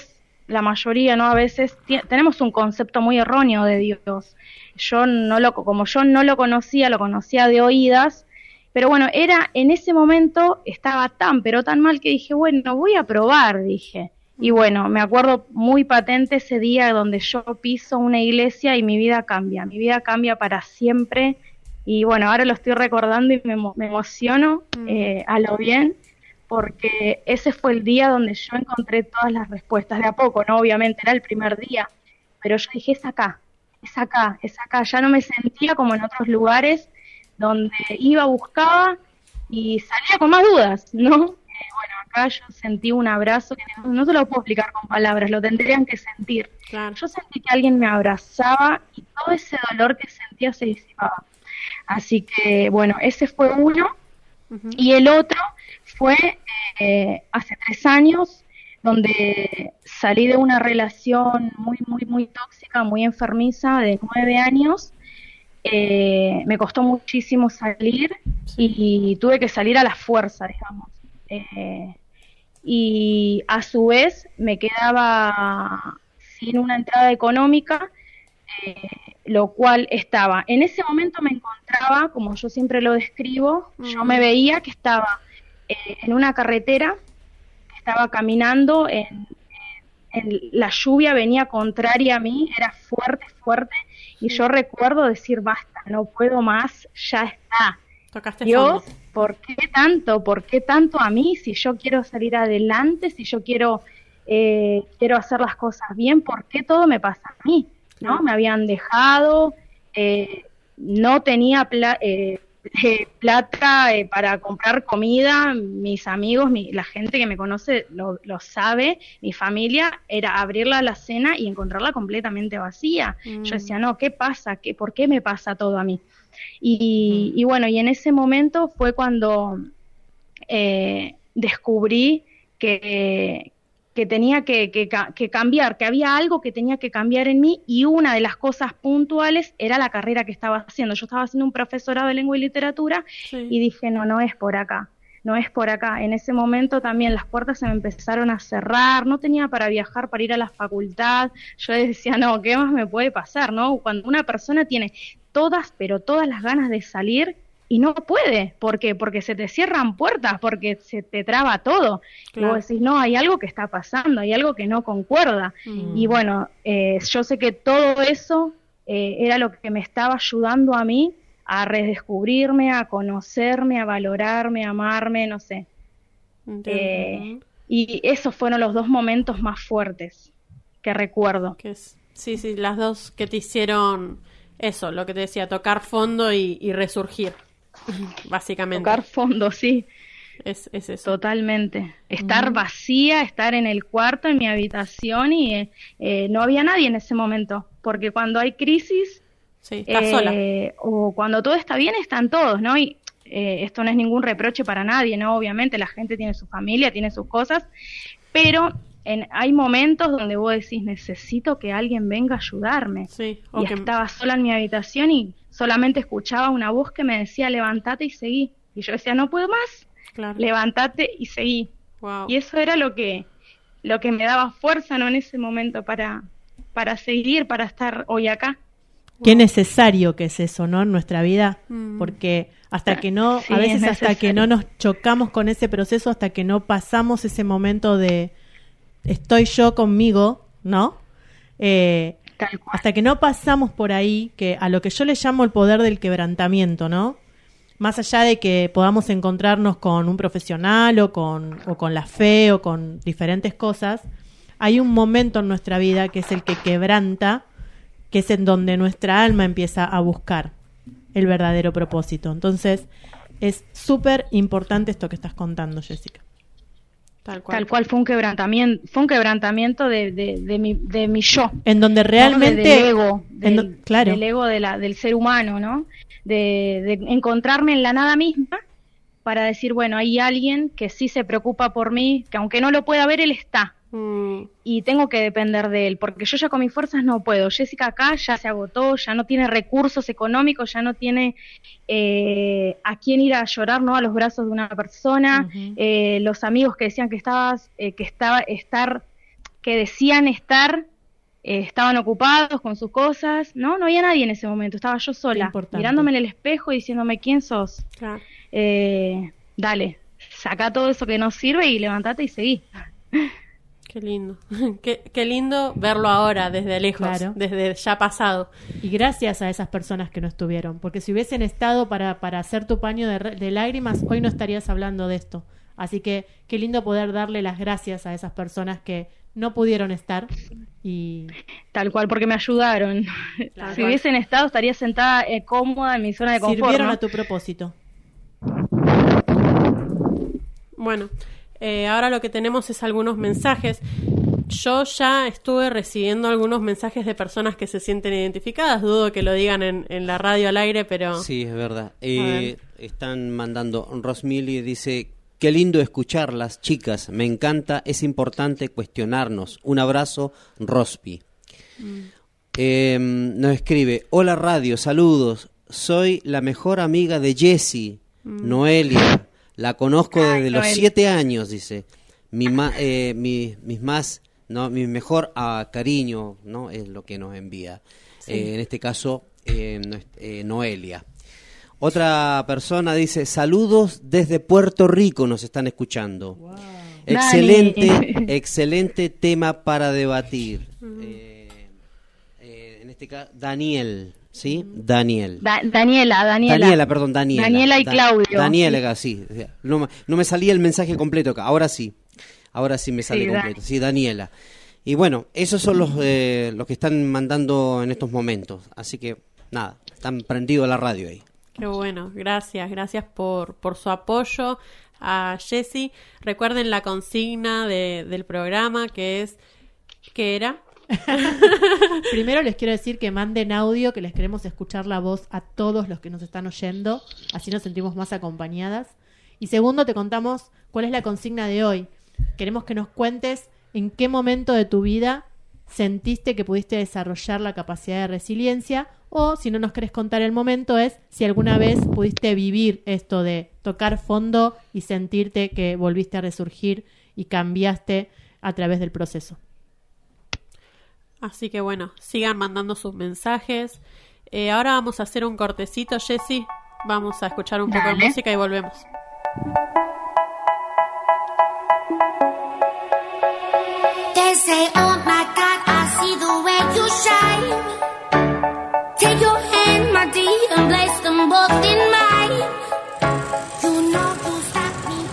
la mayoría, ¿no? A veces t- tenemos un concepto muy erróneo de Dios. Yo no lo, como yo no lo conocía, lo conocía de oídas, pero bueno, era, en ese momento estaba tan, pero tan mal que dije, bueno, voy a probar, dije. Y bueno, me acuerdo muy patente ese día donde yo piso una iglesia y mi vida cambia, mi vida cambia para siempre. Y bueno, ahora lo estoy recordando y me, me emociono eh, a lo bien, porque ese fue el día donde yo encontré todas las respuestas, de a poco, ¿no? Obviamente era el primer día, pero yo dije, es acá, es acá, es acá. Ya no me sentía como en otros lugares donde iba, buscaba y salía con más dudas, ¿no? Eh, bueno, acá yo sentí un abrazo que no, no se lo puedo explicar con palabras, lo tendrían que sentir. Claro. Yo sentí que alguien me abrazaba y todo ese dolor que sentía se disipaba. Así que, bueno, ese fue uno. Uh-huh. Y el otro fue eh, hace tres años, donde salí de una relación muy, muy, muy tóxica, muy enfermiza, de nueve años. Eh, me costó muchísimo salir y, y tuve que salir a la fuerza, digamos. Eh, y a su vez me quedaba sin una entrada económica, eh, lo cual estaba, en ese momento me encontraba, como yo siempre lo describo, mm. yo me veía que estaba eh, en una carretera, que estaba caminando, en, en la lluvia venía contraria a mí, era fuerte, fuerte, y yo recuerdo decir, basta, no puedo más, ya está. Tocaste Dios, fondo. ¿por qué tanto? ¿Por qué tanto a mí? Si yo quiero salir adelante, si yo quiero eh, quiero hacer las cosas bien, ¿por qué todo me pasa a mí? ¿No? Me habían dejado, eh, no tenía pla- eh, eh, plata eh, para comprar comida, mis amigos, mi, la gente que me conoce lo, lo sabe, mi familia, era abrir la alacena y encontrarla completamente vacía. Mm. Yo decía, no, ¿qué pasa? ¿Qué, ¿Por qué me pasa todo a mí? Y, mm. y bueno, y en ese momento fue cuando eh, descubrí que... que tenía que, que, que cambiar, que había algo que tenía que cambiar en mí, y una de las cosas puntuales era la carrera que estaba haciendo. Yo estaba haciendo un profesorado de lengua y literatura, sí. y dije, no, no es por acá, no es por acá. En ese momento también las puertas se me empezaron a cerrar, no tenía para viajar, para ir a la facultad. Yo decía, no, ¿qué más me puede pasar, no? Cuando una persona tiene todas, pero todas las ganas de salir, y no puede, ¿por qué? Porque se te cierran puertas, porque se te traba todo. Claro. Y vos decís, no, hay algo que está pasando, hay algo que no concuerda. Mm. Y bueno, eh, yo sé que todo eso eh, era lo que me estaba ayudando a mí a redescubrirme, a conocerme, a valorarme, a amarme, no sé. Eh, y esos fueron los dos momentos más fuertes que recuerdo. Que es, sí, sí, las dos que te hicieron eso, lo que te decía, tocar fondo y, y resurgir. Básicamente. Tocar fondo, sí. Es, es eso. Totalmente. Estar uh-huh. vacía, estar en el cuarto, en mi habitación, y eh, eh, no había nadie en ese momento. Porque cuando hay crisis, sí, estás eh, sola. O cuando todo está bien, están todos, ¿no? Y eh, esto no es ningún reproche para nadie, ¿no? Obviamente la gente tiene su familia, tiene sus cosas, pero en, hay momentos donde vos decís, necesito que alguien venga a ayudarme. Sí, y que... estaba sola en mi habitación y solamente escuchaba una voz que me decía, levántate y seguí. Y yo decía, no puedo más, claro. levántate y seguí. Wow. Y eso era lo que lo que me daba fuerza, ¿no? En ese momento para, para seguir, para estar hoy acá. Qué necesario que es eso, ¿no? En nuestra vida, mm. porque hasta que no, sí, a veces hasta que no nos chocamos con ese proceso, hasta que no pasamos ese momento de estoy yo conmigo, ¿no? Eh, hasta que no pasamos por ahí, que a lo que yo le llamo el poder del quebrantamiento, ¿no? Más allá de que podamos encontrarnos con un profesional o con, o con la fe o con diferentes cosas, hay un momento en nuestra vida que es el que quebranta, que es en donde nuestra alma empieza a buscar el verdadero propósito. Entonces, es súper importante esto que estás contando, Jessica. Tal cual. Tal cual, fue un quebrantamiento, fue un quebrantamiento de, de, de, mi, de mi yo. En donde realmente... ¿no? De, del ego, del, do, claro. del ego de la, del ser humano, ¿no? De, de encontrarme en la nada misma para decir, bueno, hay alguien que sí se preocupa por mí, que aunque no lo pueda ver, él está. Mm. Y tengo que depender de él, porque yo ya con mis fuerzas no puedo. Jessica acá ya se agotó, ya no tiene recursos económicos, ya no tiene eh, a quién ir a llorar, ¿no? A los brazos de una persona. Uh-huh. eh, los amigos que decían que estabas, eh, que estaba estar que decían estar, eh, estaban ocupados con sus cosas, ¿no? No había nadie en ese momento, estaba yo sola, mirándome en el espejo y diciéndome, ¿quién sos? Claro. Eh, dale, saca todo eso que no sirve y levantate y seguí. Qué lindo. Qué, qué lindo verlo ahora, desde lejos, Claro. desde ya pasado. Y gracias a esas personas que no estuvieron, porque si hubiesen estado para, para hacer tu paño de, de lágrimas, hoy no estarías hablando de esto. Así que qué lindo poder darle las gracias a esas personas que no pudieron estar. Y tal cual, porque me ayudaron. Claro. Si hubiesen estado, estaría sentada eh, cómoda en mi zona de confort. sirvieron ¿no? a tu propósito. Bueno, eh, ahora lo que tenemos es algunos mensajes. Yo ya estuve recibiendo algunos mensajes de personas que se sienten identificadas. Dudo que lo digan en, en la radio al aire, pero... Sí, es verdad. Eh, están mandando, Rosmili dice, qué lindo escucharlas, chicas, me encanta, es importante cuestionarnos. Un abrazo, Rospi. Mm. Eh, nos escribe, hola radio, saludos, soy la mejor amiga de Jessie, mm. Noelia, la conozco desde Ay, los Noelia. siete años, dice. Mi, ma, eh, mi, mis más... No, mi mejor ah, cariño, ¿no? Es lo que nos envía. Sí. Eh, en este caso, eh, eh, Noelia. Otra persona dice, saludos desde Puerto Rico, nos están escuchando. Wow. Excelente, Dale. excelente tema para debatir. Uh-huh. Eh, eh, en este caso, Daniel, ¿sí? Uh-huh. Daniel. Da- Daniela, Daniela. Daniela, perdón, Daniela. Daniela y da- Claudio. Daniela, sí. No, no me salía el mensaje completo acá, ahora sí. Ahora sí me sale sí, completo. Da- sí, Daniela. Y bueno, esos son los, eh, los que están mandando en estos momentos. Así que, nada, están prendidos a la radio ahí. Qué bueno, gracias. Gracias por, por su apoyo a Jessie. Recuerden la consigna de, del programa, que es... ¿Qué era? Primero les quiero decir que manden audio, que les queremos escuchar la voz a todos los que nos están oyendo. Así nos sentimos más acompañadas. Y segundo, te contamos cuál es la consigna de hoy. Queremos que nos cuentes en qué momento de tu vida sentiste que pudiste desarrollar la capacidad de resiliencia, o si no nos querés contar el momento, es si alguna vez pudiste vivir esto de tocar fondo y sentirte que volviste a resurgir y cambiaste a través del proceso. Así que bueno, sigan mandando sus mensajes. Eh, ahora vamos a hacer un cortecito, Jessie. Vamos a escuchar un Dale. poco de música y volvemos. They say, oh my God, I see the way you shine. Take your hand, my dear, and place them both in mine. You know you stop me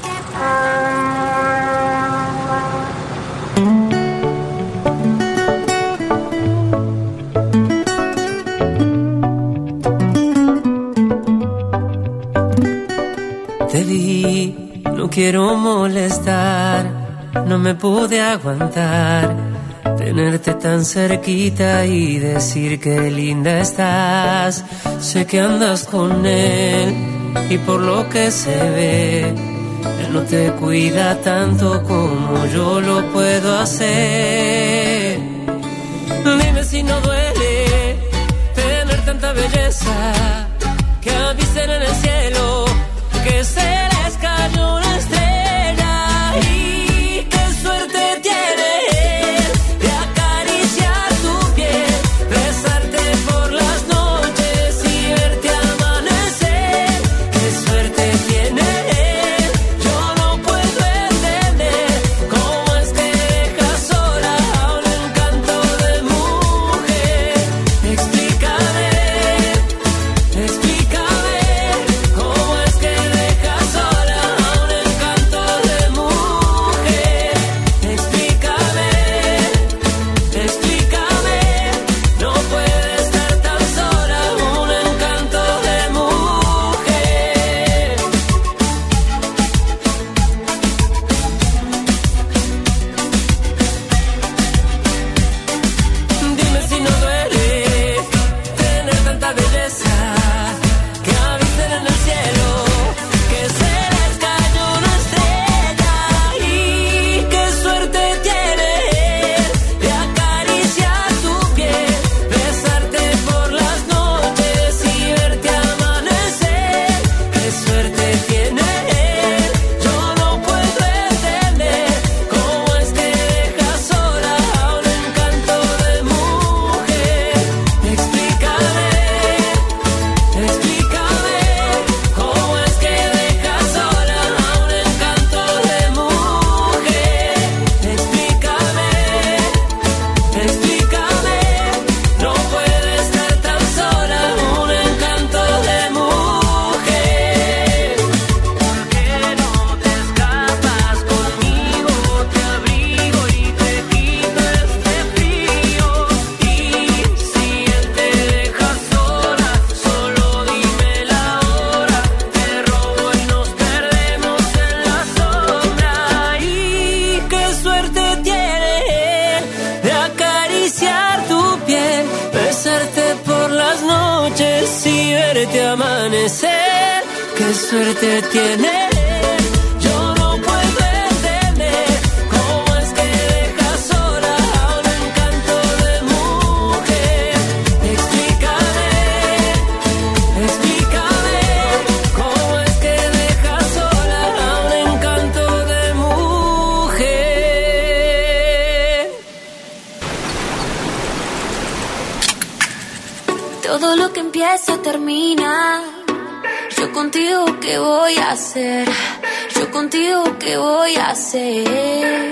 dead. Te vi, no quiero molestar. No me pude aguantar tenerte tan cerquita y decir que linda estás. Sé que andas con él y por lo que se ve, él no te cuida tanto como yo lo puedo hacer. Dime si no duele tener tanta belleza, que avisen en el cielo que se les cayó una estrella. Explícame, explícame cómo verte amanecer. Qué suerte tiene. Yo no puedo entender cómo es que dejas sola a un encanto de mujer. Explícame, explícame cómo es que dejas sola a un encanto de mujer. Todo lo que empieza termina. Yo contigo, ¿qué voy a hacer? Yo contigo, ¿qué voy a hacer?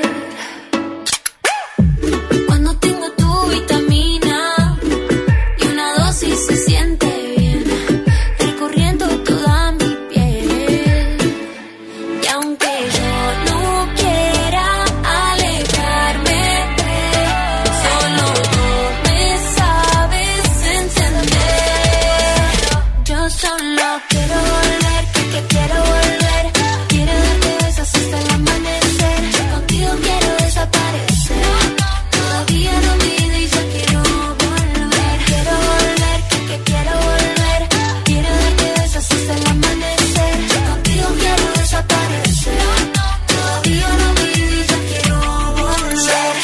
Cuando tengo tu vitamina y una dosis se siente bien, recorriendo toda mi piel. Y aunque yo no quiera alejarme, solo tú me sabes entender. Yo solo quiero volver, que, que quiero volver. Quiero darte besos hasta el amanecer. Contigo quiero desaparecer. Todavía no me he ido y yo quiero volver. Quiero volver, que, que quiero volver. Quiero darte besos hasta el amanecer. Contigo quiero desaparecer. Todavía no me he ido y yo quiero volver.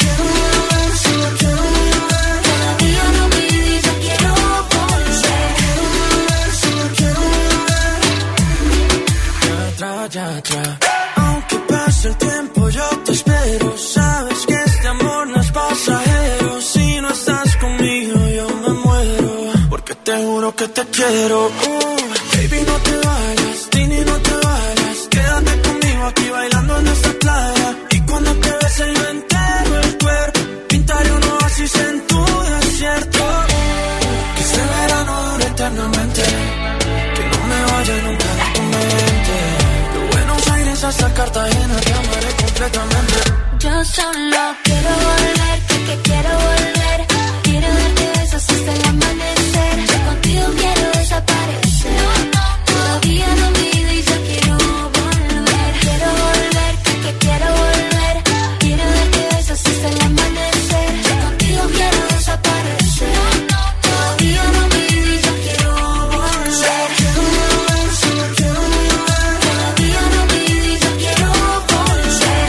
Todavía no me he ido y yo quiero Tra, tra, tra. Aunque pase el tiempo yo te espero. Sabes que este amor no es pasajero. Si no estás conmigo yo me muero, porque te juro que te quiero. uh, Baby, no te vayas, Tini, no te vayas. Quédate conmigo aquí bailando en esta playa. Y cuando te bese yo entero el cuerpo, pintaré un oasis en tu desierto. Que este verano dure eternamente, que no me vaya nunca de tu mente. De Buenos Aires hasta Cartagena te amaré completamente. Yo solo quiero volver, que, que quiero volver. Quiero darte besos hasta el amanecer. Contigo quiero desaparecer. Todavía no me he ido y yo quiero volver. Quiero volver, que, que quiero volver. Quiero darte besos hasta el amanecer. Contigo quiero desaparecer. Todavía no me he ido y yo quiero volver. Todavía no me he ido y yo quiero volver.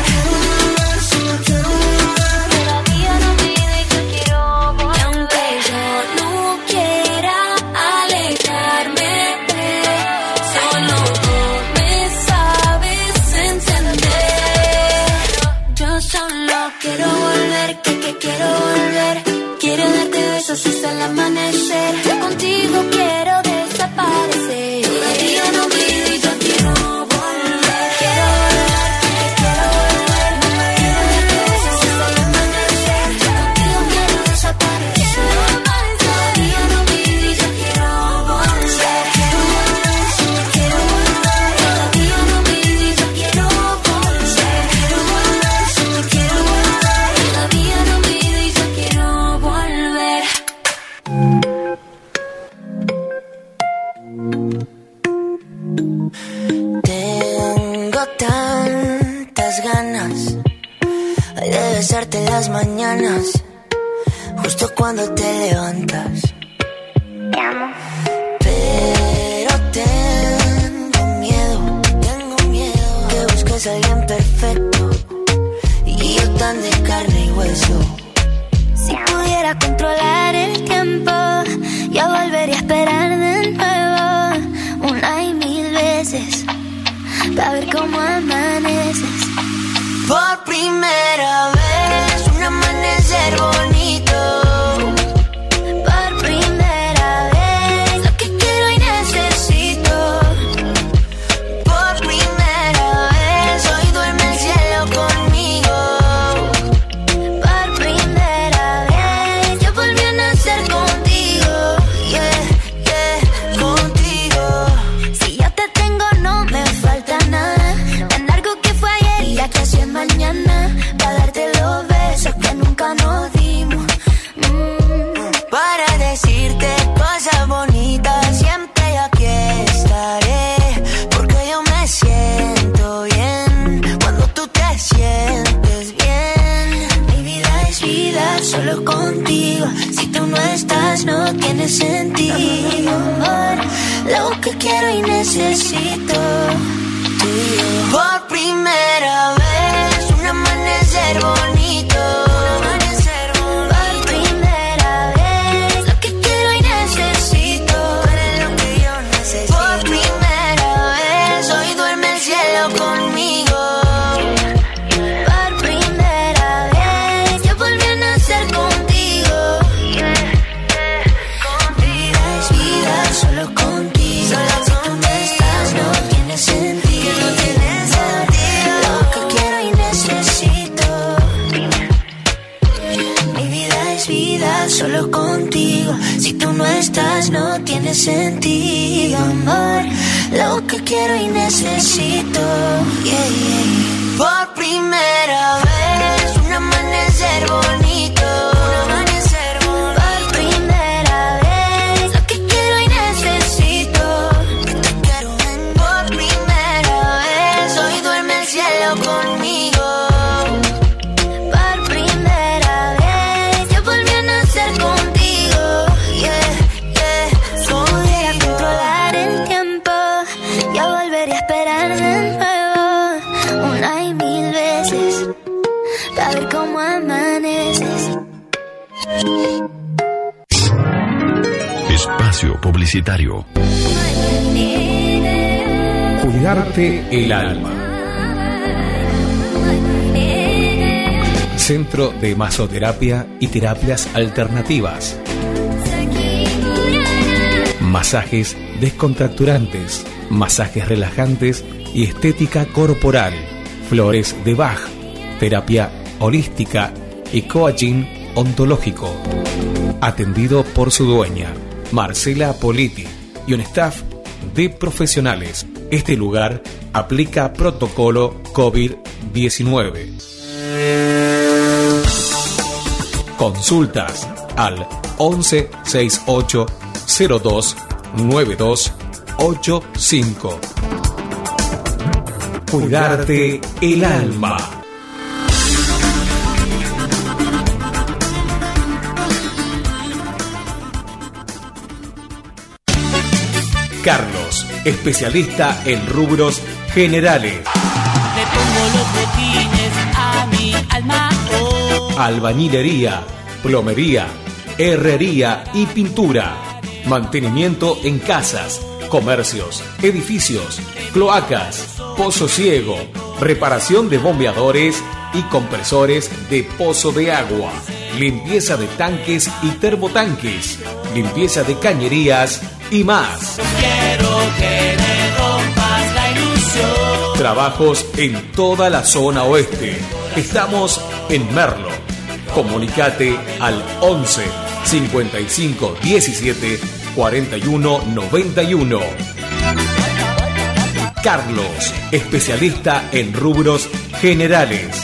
Todavía no me he ido y yo quiero volver. Y aunque yo no quiera alejarme, solo tú me sabes entender. Yo solo quiero volver, que, que quiero volver. Quiero darte besos hasta el amanecer. Contigo quiero desaparecer. Todavía no me he ido y yo quiero volver. Quiero volver, que, que quiero volver. Quiero darte besos hasta el amanecer. Contigo quiero desaparecer. Todavía no me he ido y yo quiero volver. Quiero volver, quiero volver. Todavía no me he ido y yo quiero volver. Quiero volver, quiero volver. Todavía no me he ido y yo quiero volver. Tengo tantas ganas de besarte las mañanas, justo cuando te levantas. Te amo. Pero tengo miedo, tengo miedo que busques a alguien perfecto y yo tan de carne y hueso. Si pudiera controlar el tiempo, yo volvería a esperar de nuevo una y mil veces para ver cómo amaneces. Por primera vez, un amanecer bonito. Por primera vez, lo que quiero y necesito. Por primera vez, hoy duerme el cielo conmigo. Por primera vez, yo volví a nacer contigo. Yeah, yeah, contigo. Si yo te tengo no me falta nada. Tan largo que fue ayer y ya casi es mañana. Pa' darte los besos que nunca nos dimos. que quiero y necesito. Tú y yo. Por primera vez, un amanecer bonito. Un amanecer bonito. Por primera vez, lo que quiero y necesito. Tú eres lo que yo necesito. Por primera vez, hoy duerme el cielo conmigo. Por primera vez, yo volví a nacer contigo. Vida es vida, solo contigo. Solo si tú no estás, no tiene sentido. No tiene sentido. Lo que quiero y necesito. Mi vida es vida, solo contigo. Si tú no estás, no tiene sentido, amor. Lo que quiero y necesito. Yeah, yeah. Por primera vez, un amanecer bonito. Un amanecer bonito. Por primera vez, lo que quiero y necesito. Que te quiero en. Por primera vez, hoy duerme el cielo conmigo. Por primera vez, yo volví a nacer contigo. Yeah, yeah. Si pudiera controlar el tiempo, yo volvería a esperar de nuevo, una y mil veces, para ver cómo amaneces. Espacio publicitario. Cuidarte el alma. Centro de Masoterapia y Terapias Alternativas. Masajes descontracturantes, masajes relajantes y estética corporal. Flores de Bach, terapia holística y coaching ontológico. Atendido por su dueña, Marcela Politi, y un staff de profesionales. Este lugar aplica protocolo COVID diecinueve. Consultas al once sesenta y ocho cero dos nueve dos ocho cinco. Cuidarte el alma. Carlos, especialista en rubros generales. Le pongo los botines a mi alma. Oh. Albañilería, plomería, herrería y pintura. Mantenimiento en casas, comercios, edificios, cloacas, pozo ciego, reparación de bombeadores y compresores de pozo de agua, limpieza de tanques y termotanques, limpieza de cañerías y más. Quiero que me rompas la ilusión. Trabajos en toda la zona oeste. Estamos en Merlo. Comunicate al once cincuenta y cinco diecisiete cuarenta y uno noventa y uno. Carlos, especialista en rubros generales.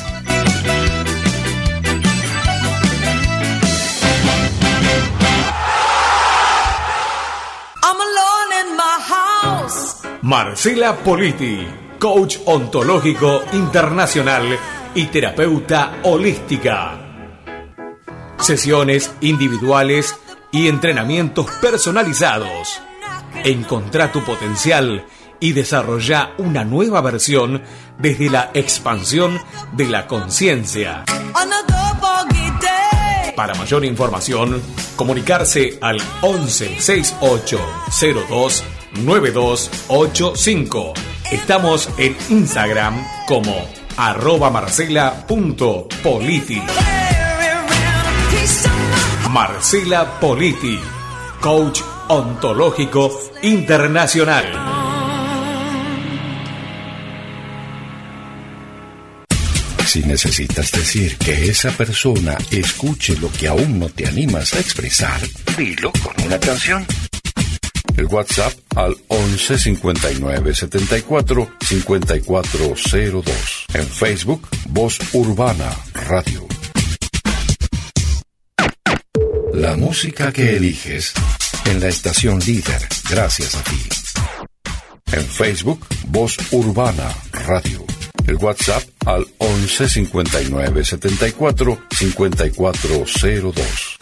I'm alone in my house. Marcela Politi, coach ontológico internacional y terapeuta holística. Sesiones individuales y entrenamientos personalizados. Encontrá tu potencial y desarrolla una nueva versión desde la expansión de la conciencia. Para mayor información, comunicarse al once sesenta y ocho cero dos nueve dos ocho cinco. Estamos en Instagram como arroba marcela punto politi. Marcela Politi, coach ontológico internacional. Si necesitas decir que esa persona escuche lo que aún no te animas a expresar, dilo con una canción. El WhatsApp al once cincuenta y nueve setenta y cuatro cincuenta y cuatro cero dos. En Facebook, Voz Urbana Radio. La música que eliges en la estación líder, gracias a ti. En Facebook, Voz Urbana Radio. El WhatsApp al once cincuenta y nueve setenta y cuatro cincuenta y cuatro cero dos.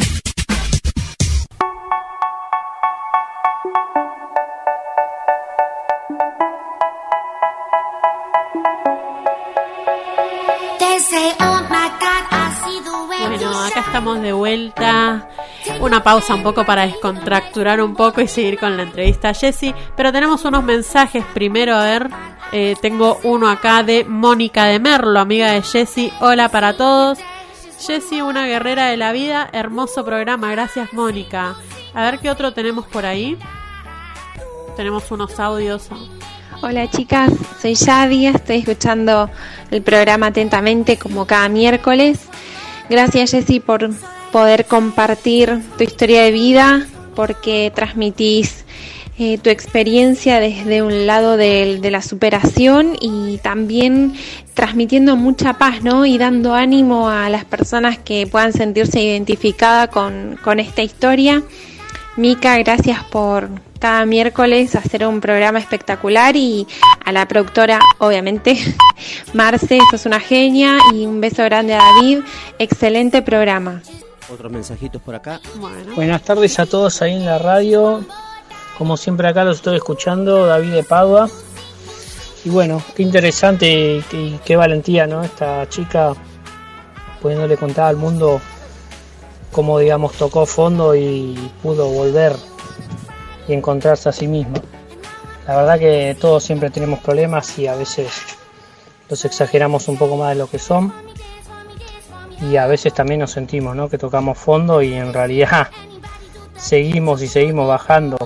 estamos de vuelta. Una pausa un poco para descontracturar un poco y seguir con la entrevista a Jessy. Pero tenemos unos mensajes primero, a ver. Eh, tengo uno acá de Mónica de Merlo, amiga de Jessy. Hola para todos. Jessy, una guerrera de la vida. Hermoso programa, gracias Mónica. A ver qué otro tenemos por ahí. Tenemos unos audios. Hola chicas, soy Yadia, estoy escuchando el programa atentamente como cada miércoles. Gracias Jessy por poder compartir tu historia de vida, porque transmitís eh, tu experiencia desde un lado de, de la superación y también transmitiendo mucha paz, ¿no? Y dando ánimo a las personas que puedan sentirse identificadas con, con esta historia. Mica, gracias por cada miércoles hacer un programa espectacular, y a la productora, obviamente, Marce, sos una genia, y un beso grande a David, excelente programa. Otros mensajitos por acá. Bueno. Buenas tardes a todos ahí en la radio, como siempre acá los estoy escuchando, David de Padua, y bueno, qué interesante y qué, qué valentía, ¿no? Esta chica pudiéndole contar al mundo cómo, digamos, tocó fondo y pudo volver y encontrarse a sí misma. La verdad que todos siempre tenemos problemas y a veces los exageramos un poco más de lo que son, y a veces también nos sentimos, ¿no?, que tocamos fondo y en realidad seguimos y seguimos bajando.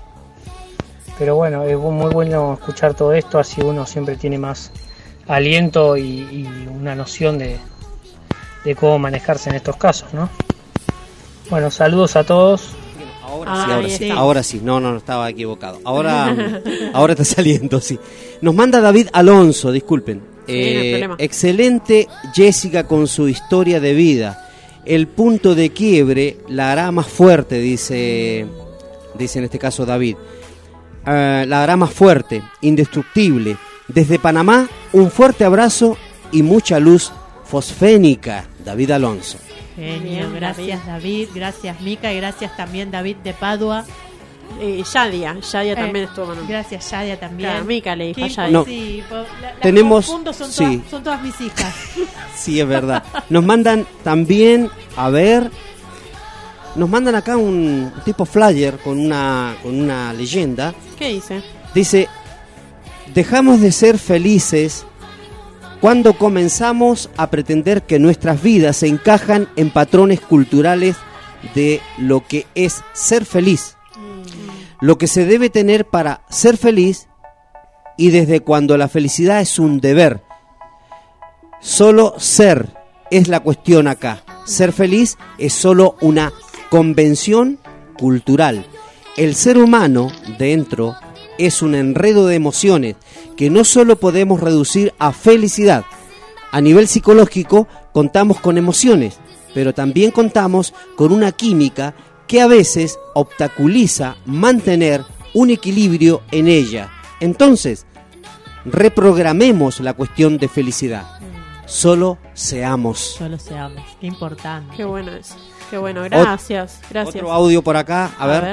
Pero bueno, es muy bueno escuchar todo esto, así uno siempre tiene más aliento y, y una noción de, de cómo manejarse en estos casos, ¿no? Bueno, saludos a todos. Ahora sí, ahora sí, ahora sí, no, no, no estaba equivocado. Ahora, ahora está saliendo, sí. Nos manda David Alonso, disculpen. Sí, eh, no excelente Jessica con su historia de vida. El punto de quiebre la hará más fuerte, dice, dice en este caso David. Uh, la hará más fuerte, indestructible. Desde Panamá, un fuerte abrazo y mucha luz fosfénica. David Alonso. Genio, Bien, gracias David, gracias Mica, y gracias también David de Padua. Eh, Yadia, Yadia Eh, también estuvo con nosotros. Gracias Yadia también. Claro, Mica le dijo a Qué- Yadia. No. Sí, po- la- las Tenemos- dos juntos son, sí. todas, son todas mis hijas. Sí, es verdad. Nos mandan también, a ver, nos mandan acá un tipo flyer con una, con una leyenda. ¿Qué dice? Dice, dejamos de ser felices cuando comenzamos a pretender que nuestras vidas se encajan en patrones culturales de lo que es ser feliz, lo que se debe tener para ser feliz, y desde cuando la felicidad es un deber. Solo ser es la cuestión acá. Ser feliz es solo una convención cultural. El ser humano dentro es un enredo de emociones que no solo podemos reducir a felicidad. A nivel psicológico contamos con emociones, pero también contamos con una química que a veces obstaculiza mantener un equilibrio en ella. Entonces, reprogramemos la cuestión de felicidad. Solo seamos. Solo seamos, qué importante. Qué bueno eso. Qué bueno, gracias. Gracias. Otro audio por acá, a, A ver. ver.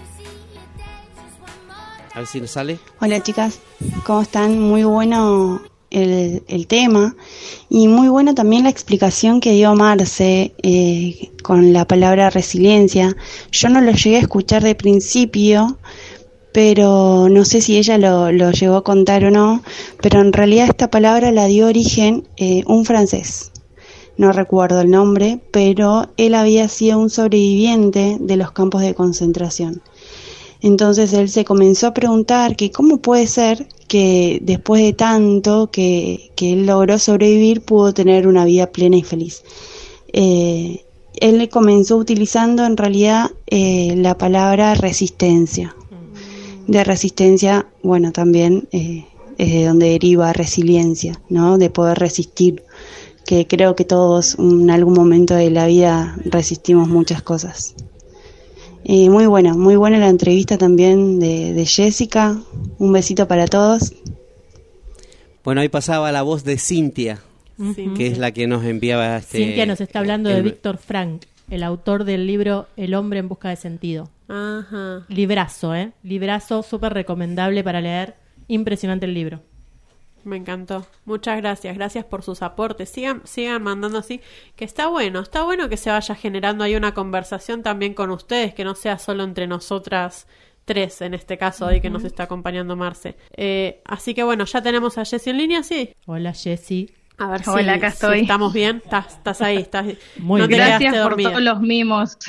A ver si nos sale. Hola chicas, ¿cómo están? Muy bueno el, el tema, y muy buena también la explicación que dio Marce eh, con la palabra resiliencia. Yo no lo llegué a escuchar de principio, pero no sé si ella lo, lo llegó a contar o no, pero en realidad esta palabra la dio origen eh, un francés. No recuerdo el nombre, pero él había sido un sobreviviente de los campos de concentración. Entonces él se comenzó a preguntar que cómo puede ser que después de tanto que, que él logró sobrevivir, pudo tener una vida plena y feliz. Eh, él comenzó utilizando en realidad eh, la palabra resistencia. De resistencia, bueno, también eh, es de donde deriva resiliencia, ¿no? De poder resistir, que creo que todos en algún momento de la vida resistimos muchas cosas. Eh, muy buena, muy buena la entrevista también de, de Jessica. Un besito para todos. Bueno, ahí pasaba la voz de Cintia, Ujú. que es la que nos enviaba este... Cintia nos está hablando de el- Víctor Frank, el autor del libro El hombre en busca de sentido. Ajá. Librazo, ¿eh? Librazo súper recomendable para leer. Impresionante el libro. Me encantó. Muchas gracias. Gracias por sus aportes. Sigan, sigan mandando así, que está bueno. Está bueno que se vaya generando ahí una conversación también con ustedes, que no sea solo entre nosotras tres, en este caso, hoy uh-huh. que nos está acompañando Marce. Eh, así que bueno, ya tenemos a Jessy en línea, ¿sí? Hola, Jessy. A ver Hola, si, acá estoy. si estamos bien. Estás, estás ahí. Estás, Muy no bien. te Gracias por dormida. todos los mimos.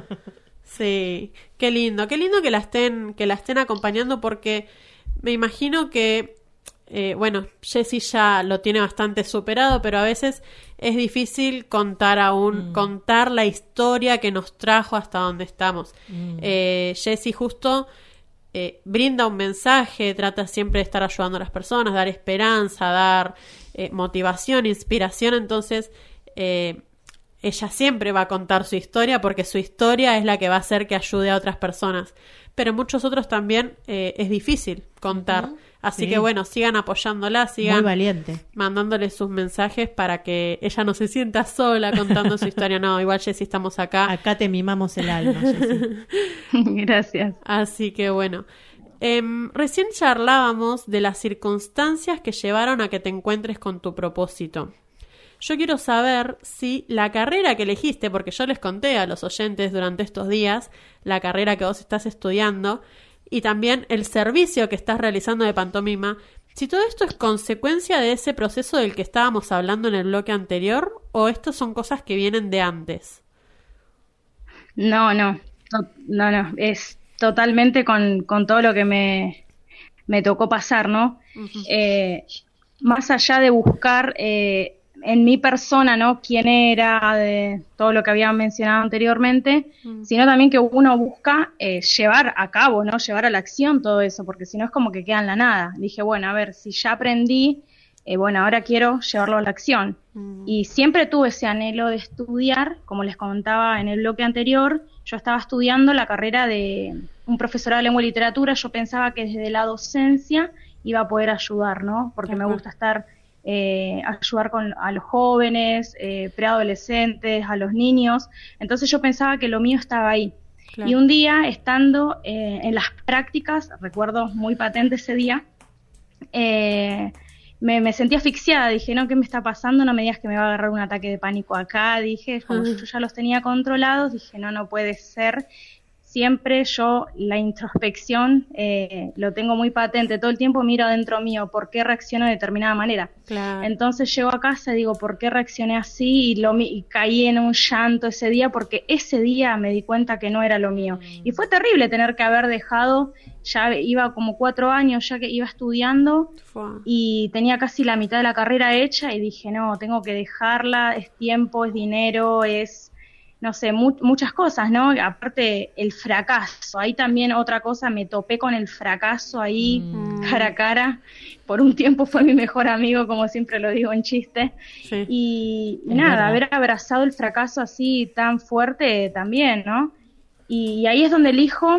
Sí, qué lindo. Qué lindo que la estén, que la estén acompañando, porque me imagino que Eh, bueno, Jessy ya lo tiene bastante superado, pero a veces es difícil contar aún, mm. contar la historia que nos trajo hasta donde estamos. Mm. Eh, Jessy justo eh, brinda un mensaje, trata siempre de estar ayudando a las personas, dar esperanza, dar eh, motivación, inspiración. Entonces eh, ella siempre va a contar su historia, porque su historia es la que va a hacer que ayude a otras personas. Pero muchos otros también eh, es difícil contar. Uh-huh. Así sí. que bueno, sigan apoyándola, sigan Muy valiente. mandándole sus mensajes para que ella no se sienta sola contando su historia. No, igual Jessy, estamos acá. Acá te mimamos el alma, Jessy. Gracias. Así que bueno. Eh, recién charlábamos de las circunstancias que llevaron a que te encuentres con tu propósito. Yo quiero saber si la carrera que elegiste, porque yo les conté a los oyentes durante estos días la carrera que vos estás estudiando, y también el servicio que estás realizando de pantomima, si todo esto es consecuencia de ese proceso del que estábamos hablando en el bloque anterior, o estos son cosas que vienen de antes. No, no, no, no, es totalmente con, con todo lo que me, me tocó pasar, ¿no? Uh-huh. Eh, más allá de buscar eh, en mi persona, ¿no?, quién era, de todo lo que había mencionado anteriormente, mm. sino también que uno busca eh, llevar a cabo, ¿no?, llevar a la acción todo eso, porque si no es como que queda en la nada. Dije, bueno, a ver, si ya aprendí, eh, bueno, ahora quiero llevarlo a la acción. Mm. Y siempre tuve ese anhelo de estudiar, como les contaba en el bloque anterior, yo estaba estudiando la carrera de un profesorado de lengua y literatura. Yo pensaba que desde la docencia iba a poder ayudar, ¿no?, porque Ajá. me gusta estar... Eh, ayudar con, a los jóvenes, eh, preadolescentes, a los niños. Entonces yo pensaba que lo mío estaba ahí. Claro. Y un día, estando eh, en las prácticas, recuerdo muy patente ese día, eh, me, me sentí asfixiada. Dije, no, ¿qué me está pasando? No me digas que me va a agarrar un ataque de pánico acá. Dije, como uh-huh. yo ya los tenía controlados, dije, no, no puede ser. Siempre yo la introspección eh, lo tengo muy patente, todo el tiempo miro adentro mío por qué reacciono de determinada manera. Claro. Entonces llego a casa y digo, ¿por qué reaccioné así? Y, lo, y caí en un llanto ese día, porque ese día me di cuenta que no era lo mío. Mm. Y fue terrible tener que haber dejado, ya iba como cuatro años ya que iba estudiando Fua. y tenía casi la mitad de la carrera hecha y dije, no, tengo que dejarla, es tiempo, es dinero, es... no sé, mu- muchas cosas, ¿no? Aparte, el fracaso. Ahí también otra cosa, me topé con el fracaso ahí, mm. cara a cara. Por un tiempo fue mi mejor amigo, como siempre lo digo en chiste. Sí. Y, y nada, verdad. haber abrazado el fracaso así tan fuerte también, ¿no? Y, y ahí es donde elijo,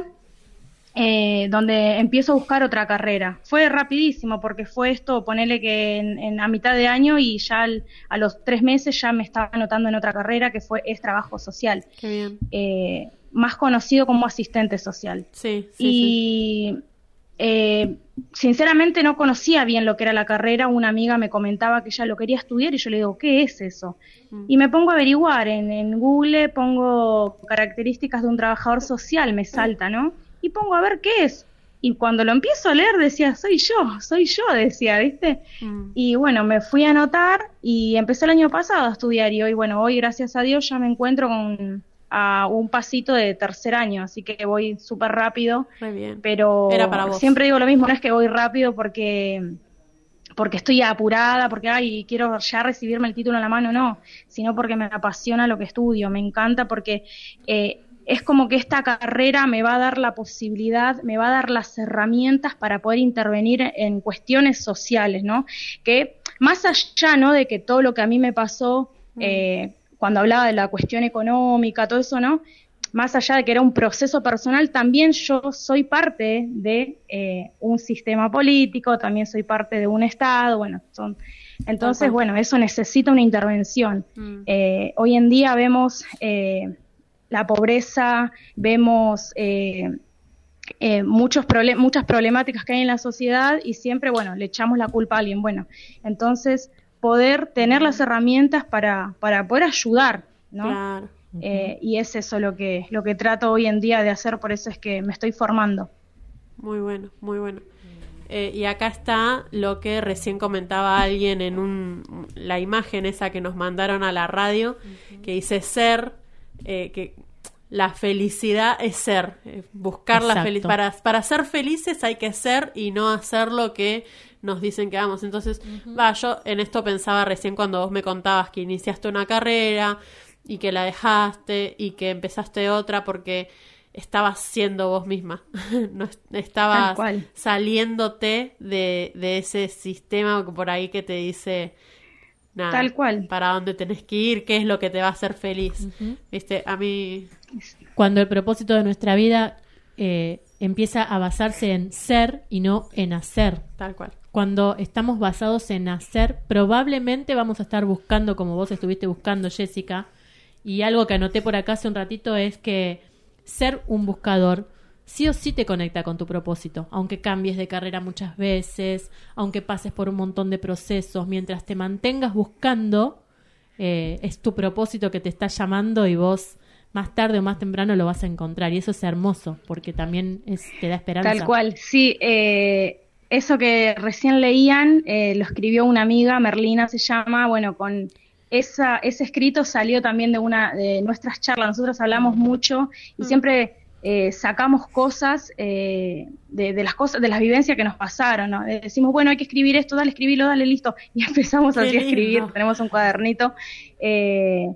eh, donde empiezo a buscar otra carrera. Fue rapidísimo, porque fue esto, ponerle que en, en a mitad de año y ya al, a los tres meses ya me estaba anotando en otra carrera que fue es trabajo social. Qué bien. Eh, más conocido como asistente social. Sí, sí, y sí. Eh, sinceramente no conocía bien lo que era la carrera. Una amiga me comentaba que ella lo quería estudiar y yo le digo, ¿qué es eso? Mm. Y me pongo a averiguar en, en Google, pongo características de un trabajador social, me salta, ¿no? Y pongo a ver qué es. Y cuando lo empiezo a leer decía, soy yo, soy yo, decía, ¿viste? Mm. Y bueno, me fui a anotar y empecé el año pasado a estudiar y hoy, bueno, hoy gracias a Dios ya me encuentro con a un pasito de tercer año, así que voy súper rápido. Muy bien. Pero Era para vos. Siempre digo lo mismo, no es que voy rápido porque... porque estoy apurada, porque ay, quiero ya recibirme el título en la mano, no, sino porque me apasiona lo que estudio, me encanta porque... Eh, es como que esta carrera me va a dar la posibilidad, me va a dar las herramientas para poder intervenir en cuestiones sociales, ¿no? Que más allá, ¿no?, de que todo lo que a mí me pasó, mm. eh, cuando hablaba de la cuestión económica, todo eso, ¿no?, más allá de que era un proceso personal, también yo soy parte de eh, un sistema político, también soy parte de un Estado, bueno, son... Entonces, bueno, eso necesita una intervención. Mm. Eh, hoy en día vemos... Eh, la pobreza, vemos eh, eh, muchos prole- muchas problemáticas que hay en la sociedad y siempre, bueno, le echamos la culpa a alguien. Bueno, entonces poder tener las herramientas para, para poder ayudar, ¿no? Claro. Eh, y es eso lo que, lo que trato hoy en día de hacer, por eso es que me estoy formando. Muy bueno, muy bueno. Eh, y acá está lo que recién comentaba alguien en un, la imagen esa que nos mandaron a la radio, uh-huh. que dice ser, eh, que la felicidad es ser, eh, buscar Exacto. la felicidad. Para, para ser felices hay que ser y no hacer lo que nos dicen que hagamos. Entonces, uh-huh. va, yo en esto pensaba recién cuando vos me contabas que iniciaste una carrera y que la dejaste y que empezaste otra porque estabas siendo vos misma, no estabas saliéndote de, de ese sistema por ahí que te dice nada, tal cual, para dónde tenés que ir, qué es lo que te va a hacer feliz. Uh-huh. Viste, a mí cuando el propósito de nuestra vida eh, empieza a basarse en ser y no en hacer, tal cual. Cuando estamos basados en hacer, probablemente vamos a estar buscando, como vos estuviste buscando, Jessica, y algo que anoté por acá hace un ratito es que ser un buscador sí o sí te conecta con tu propósito, aunque cambies de carrera muchas veces, aunque pases por un montón de procesos, mientras te mantengas buscando, eh, es tu propósito que te está llamando y vos más tarde o más temprano lo vas a encontrar, y eso es hermoso, porque también es, te da esperanza. Tal cual, sí, eh, eso que recién leían, eh, lo escribió una amiga, Merlina se llama, bueno, con... Esa, ese escrito salió también de una de nuestras charlas. Nosotros hablamos mucho y mm. siempre eh, sacamos cosas eh, de, de las cosas, de las vivencias que nos pasaron, ¿no? Decimos, bueno, hay que escribir esto, dale, escribilo, dale, listo. Y empezamos Qué así lindo. a escribir, tenemos un cuadernito, eh,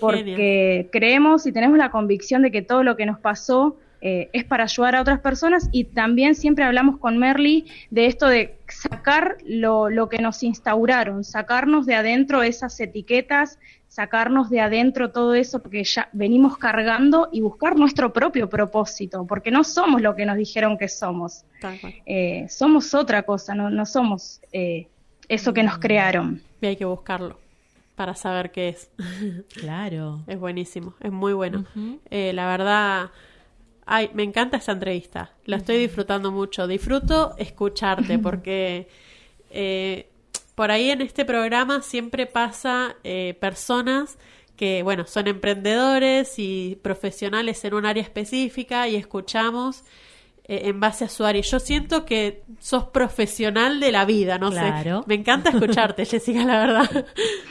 porque creemos y tenemos la convicción de que todo lo que nos pasó Eh, es para ayudar a otras personas, y también siempre hablamos con Merly de esto de sacar lo, lo que nos instauraron, sacarnos de adentro esas etiquetas, sacarnos de adentro todo eso que ya venimos cargando y buscar nuestro propio propósito, porque no somos lo que nos dijeron que somos, eh, somos otra cosa, no, no somos eh, eso que nos crearon. Y hay que buscarlo para saber qué es. Claro. Es buenísimo, es muy bueno. Uh-huh. Eh, la verdad... Ay, me encanta esta entrevista, la estoy disfrutando mucho, disfruto escucharte porque eh, por ahí en este programa siempre pasa eh, personas que, bueno, son emprendedores y profesionales en un área específica y escuchamos eh, en base a su área. Yo siento que sos profesional de la vida, no claro. sé, me encanta escucharte, Jessica, la verdad.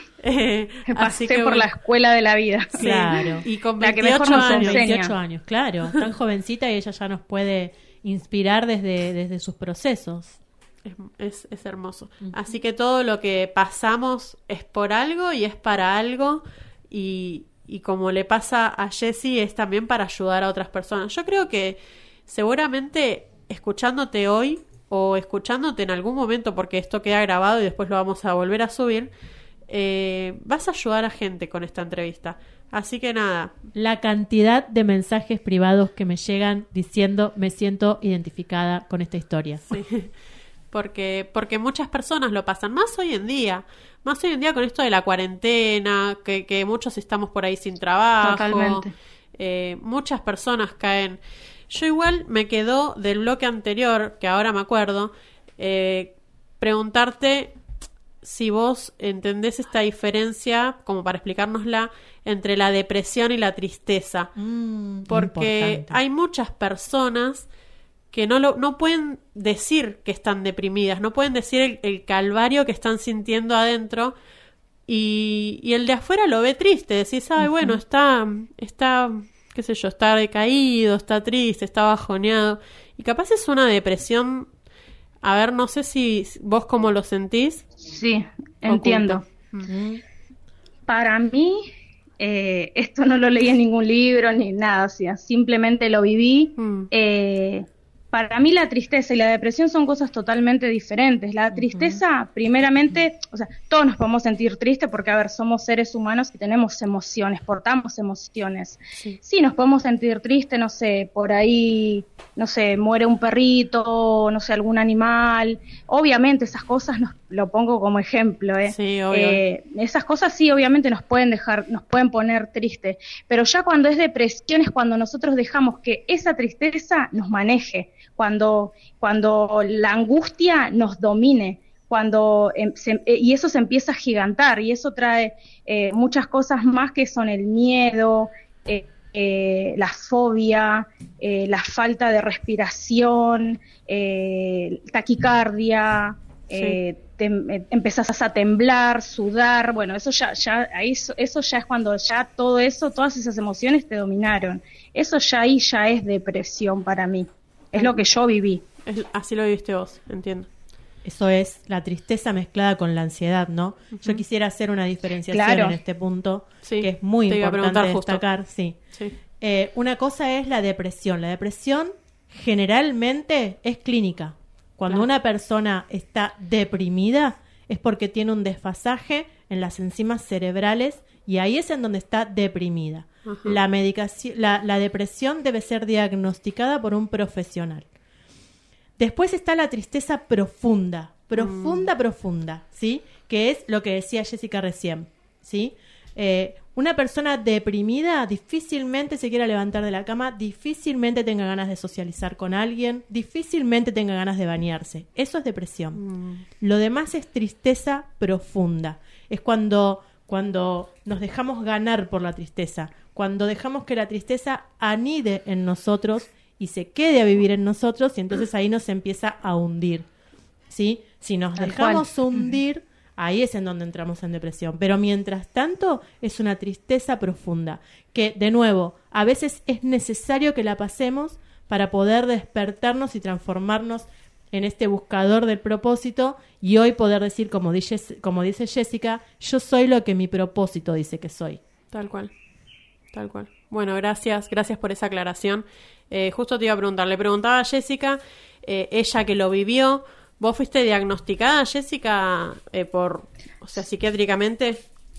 Eh, Pasé así que, por bueno. la escuela de la vida. Sí. Claro. Y con veintiocho años. veintiocho años, claro. Tan jovencita y ella ya nos puede inspirar desde, desde sus procesos. Es, es, es hermoso. Uh-huh. Así que todo lo que pasamos es por algo y es para algo. Y, y como le pasa a Jessie, es también para ayudar a otras personas. Yo creo que seguramente escuchándote hoy o escuchándote en algún momento, porque esto queda grabado y después lo vamos a volver a subir, Eh, vas a ayudar a gente con esta entrevista. Así que nada. La cantidad de mensajes privados que me llegan diciendo me siento identificada con esta historia. Sí, porque, porque muchas personas lo pasan, más hoy en día, más hoy en día con esto de la cuarentena, que, que muchos estamos por ahí sin trabajo. Totalmente. Eh, muchas personas caen. Yo igual me quedo del bloque anterior, que ahora me acuerdo, eh, preguntarte si vos entendés esta diferencia, como para explicárnosla, entre la depresión y la tristeza. Mm, porque importante. Hay muchas personas que no, lo, no pueden decir que están deprimidas, no pueden decir el, el calvario que están sintiendo adentro, y, y el de afuera lo ve triste. Decís, ay, uh-huh. bueno, está, está, qué sé yo, está decaído, está triste, está bajoneado. Y capaz es una depresión. A ver, no sé si vos cómo lo sentís. Sí, entiendo. Uh-huh. Para mí, eh, esto no lo leí en ningún libro ni nada, o sea, simplemente lo viví. Uh-huh. Eh, para mí la tristeza y la depresión son cosas totalmente diferentes. La tristeza, uh-huh. primeramente, o sea, todos nos podemos sentir tristes porque, a ver, somos seres humanos y tenemos emociones, portamos emociones. Sí, sí nos podemos sentir tristes, no sé, por ahí, no sé, muere un perrito, no sé, algún animal. Obviamente esas cosas nos lo pongo como ejemplo, ¿eh? Sí, obvio. Eh, esas cosas sí, obviamente nos pueden dejar, nos pueden poner tristes, pero ya cuando es depresión es cuando nosotros dejamos que esa tristeza nos maneje, cuando, cuando la angustia nos domine, cuando eh, se, eh, y eso se empieza a gigantar, y eso trae eh, muchas cosas más, que son el miedo, eh, eh, la fobia, eh, la falta de respiración, eh, taquicardia, sí. eh, te, eh, empezás a temblar, sudar, bueno, eso ya, ya ahí, eso ya es cuando ya todo eso, todas esas emociones te dominaron. Eso ya ahí ya es depresión para mí. Es lo que yo viví. Es, así lo viviste vos, entiendo. Eso es la tristeza mezclada con la ansiedad, ¿no? Uh-huh. Yo quisiera hacer una diferenciación claro. en este punto, sí, que es muy importante destacar. Justo. Sí. sí. Eh, una cosa es la depresión. La depresión generalmente es clínica. Cuando claro. una persona está deprimida es porque tiene un desfasaje en las enzimas cerebrales, y ahí es en donde está deprimida. Uh-huh. La medicación, la, la depresión debe ser diagnosticada por un profesional. Después está la tristeza profunda, profunda, mm. profunda, ¿sí? Que es lo que decía Jessica recién, ¿sí? Eh, una persona deprimida difícilmente se quiera levantar de la cama, difícilmente tenga ganas de socializar con alguien, difícilmente tenga ganas de bañarse. Eso es depresión. Mm. Lo demás es tristeza profunda. Es cuando, cuando nos dejamos ganar por la tristeza, cuando dejamos que la tristeza anide en nosotros y se quede a vivir en nosotros, y entonces ahí nos empieza a hundir, ¿sí? Si nos Tal dejamos cual. hundir, ahí es en donde entramos en depresión. Pero mientras tanto, es una tristeza profunda, que, de nuevo, a veces es necesario que la pasemos para poder despertarnos y transformarnos en este buscador del propósito, y hoy poder decir, como dice, como dice Jessica, yo soy lo que mi propósito dice que soy. Tal cual, tal cual. Bueno, gracias, gracias por esa aclaración. Eh, justo te iba a preguntar, le preguntaba a Jessica, eh, ella que lo vivió, ¿vos fuiste diagnosticada, Jessica, eh, por, o sea, psiquiátricamente,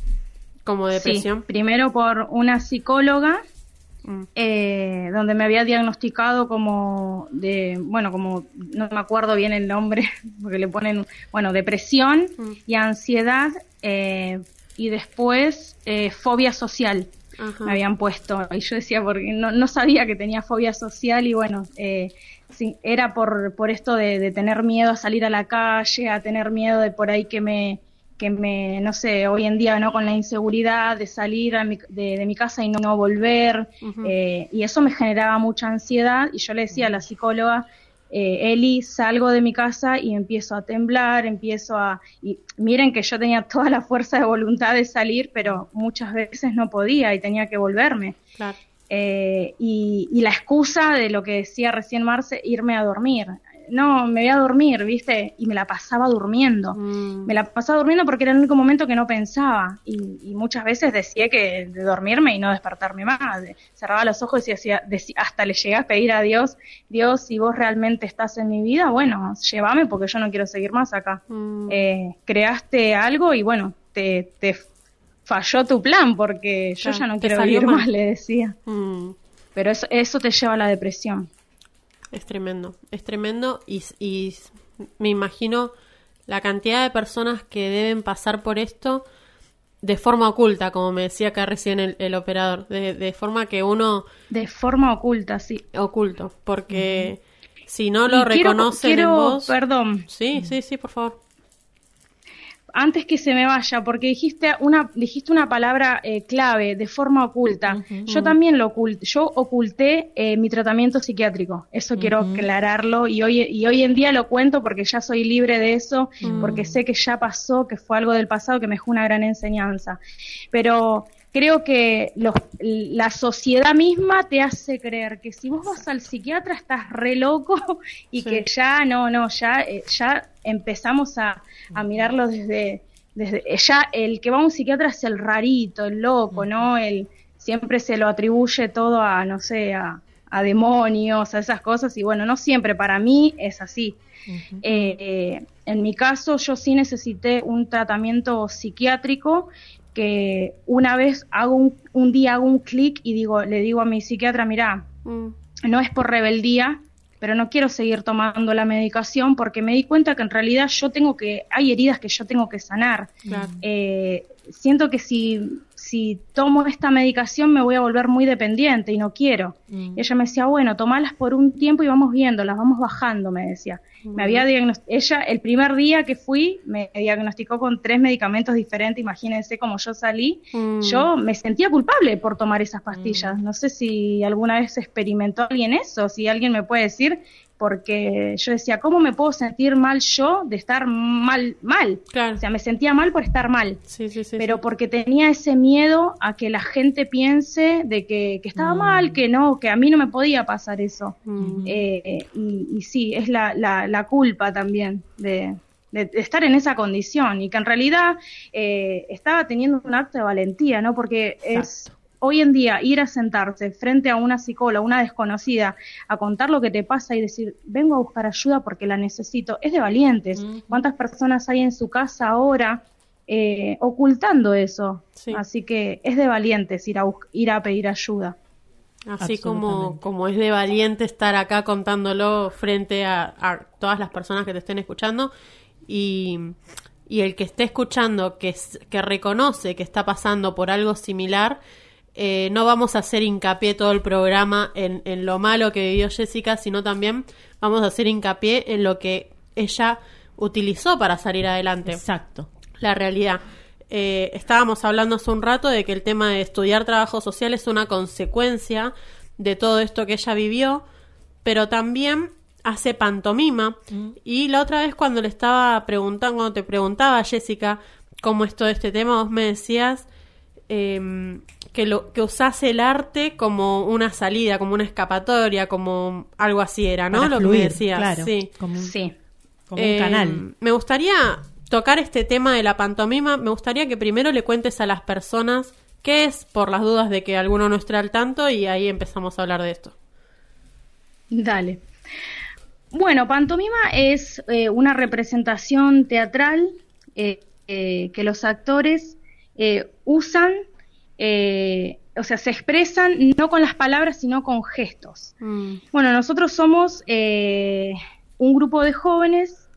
como depresión? Sí, primero por una psicóloga, mm. eh, donde me había diagnosticado como de, bueno, como, no me acuerdo bien el nombre, porque le ponen, bueno, depresión mm. y ansiedad, eh, y después eh, fobia social. Ajá. Me habían puesto, y yo decía, porque no, no sabía que tenía fobia social, y bueno, eh, sí, era por por esto de, de tener miedo a salir a la calle, a tener miedo de por ahí que me, que me no sé, hoy en día, ¿no? Con la inseguridad de salir a mi, de, de mi casa y no, no volver, uh-huh. eh, y eso me generaba mucha ansiedad, y yo le decía a la psicóloga, Eh, Eli, salgo de mi casa y empiezo a temblar, empiezo a... Y miren que yo tenía toda la fuerza de voluntad de salir, pero muchas veces no podía y tenía que volverme. Claro. Eh, y, y la excusa de lo que decía recién Marce, irme a dormir. No, me voy a dormir, ¿viste? Y me la pasaba durmiendo. Mm. Me la pasaba durmiendo porque era el único momento que no pensaba. Y, y muchas veces decía que de dormirme y no despertarme más. Cerraba los ojos y decía, decía, hasta le llegué a pedir a Dios, Dios, si vos realmente estás en mi vida, bueno, llévame porque yo no quiero seguir más acá. Mm. Eh, creaste algo y bueno, te, te falló tu plan porque yo claro, ya no quiero vivir mal. más, le decía. Mm. Pero eso, eso te lleva a la depresión. Es tremendo, es tremendo y, y me imagino la cantidad de personas que deben pasar por esto de forma oculta, como me decía acá recién el, el operador, de, de forma que uno... De forma oculta, sí. Oculto, porque uh-huh. si no lo y reconocen quiero, quiero, en vos... Perdón. Sí, sí, sí, por favor. Antes que se me vaya, porque dijiste una dijiste una palabra eh, clave, de forma oculta. Uh-huh. Yo también lo oculté, yo oculté eh, mi tratamiento psiquiátrico. Eso uh-huh. quiero aclararlo y hoy y hoy en día lo cuento porque ya soy libre de eso, uh-huh. porque sé que ya pasó, que fue algo del pasado que me dejó una gran enseñanza. Pero creo que los, la sociedad misma te hace creer que si vos vas al psiquiatra estás re loco y sí. que ya no, no, ya eh, ya empezamos a, a mirarlo desde, desde ya el que va a un psiquiatra es el rarito, el loco, ¿no? El siempre se lo atribuye todo a, no sé, a, a demonios, a esas cosas, y bueno, no siempre, para mí es así. Uh-huh. Eh, eh, en mi caso yo sí necesité un tratamiento psiquiátrico que una vez hago un, un día hago un clic y digo, le digo a mi psiquiatra, mirá, mm. no es por rebeldía, pero no quiero seguir tomando la medicación porque me di cuenta que en realidad yo tengo que, hay heridas que yo tengo que sanar. Claro. Eh, siento que si, si tomo esta medicación me voy a volver muy dependiente y no quiero. Mm. Y ella me decía, bueno, tomalas por un tiempo y vamos viéndolas, vamos bajando, me decía. Mm. Me había diagnost- ella, el primer día que fui, me diagnosticó con tres medicamentos diferentes, imagínense cómo yo salí. Mm. Yo me sentía culpable por tomar esas pastillas. Mm. No sé si alguna vez experimentó alguien eso, si alguien me puede decir, porque yo decía, ¿cómo me puedo sentir mal yo de estar mal? mal? Claro. O sea, me sentía mal por estar mal, sí, sí, sí, pero sí. porque tenía ese miedo a que la gente piense de que, que estaba mm. mal, que no, que a mí no me podía pasar eso. Mm. Eh, y, y sí, es la, la, la culpa también de, de, de estar en esa condición, y que en realidad eh, estaba teniendo un acto de valentía, ¿no? Porque Exacto. es... Hoy en día, ir a sentarse frente a una psicóloga, una desconocida, a contar lo que te pasa y decir, vengo a buscar ayuda porque la necesito, es de valientes. Uh-huh. ¿Cuántas personas hay en su casa ahora eh, ocultando eso? Sí. Así que es de valientes ir a, bus- ir a pedir ayuda. Así como, como es de valiente estar acá contándolo frente a, a todas las personas que te estén escuchando, y... y el que esté escuchando, que, que reconoce que está pasando por algo similar, eh, no vamos a hacer hincapié todo el programa en, en lo malo que vivió Jessica, sino también vamos a hacer hincapié en lo que ella utilizó para salir adelante. Exacto. La realidad. Eh, estábamos hablando hace un rato de que el tema de estudiar trabajo social es una consecuencia de todo esto que ella vivió, pero también hace pantomima. Mm. Y la otra vez cuando le estaba preguntando, cuando te preguntaba, Jessica, cómo es todo este tema, vos me decías eh, que, lo, que usás el arte como una salida, como una escapatoria, como algo así era, ¿no? Para lo fluir, que me decías. Claro, sí. Como un, sí. como un eh, canal. Me gustaría tocar este tema de la pantomima. Me gustaría que primero le cuentes a las personas qué es, por las dudas de que alguno no esté al tanto, y ahí empezamos a hablar de esto. Dale. Bueno, pantomima es eh, una representación teatral eh, eh, que los actores eh, usan, eh, o sea, se expresan no con las palabras, sino con gestos. Mm. Bueno, nosotros somos eh, un grupo de jóvenes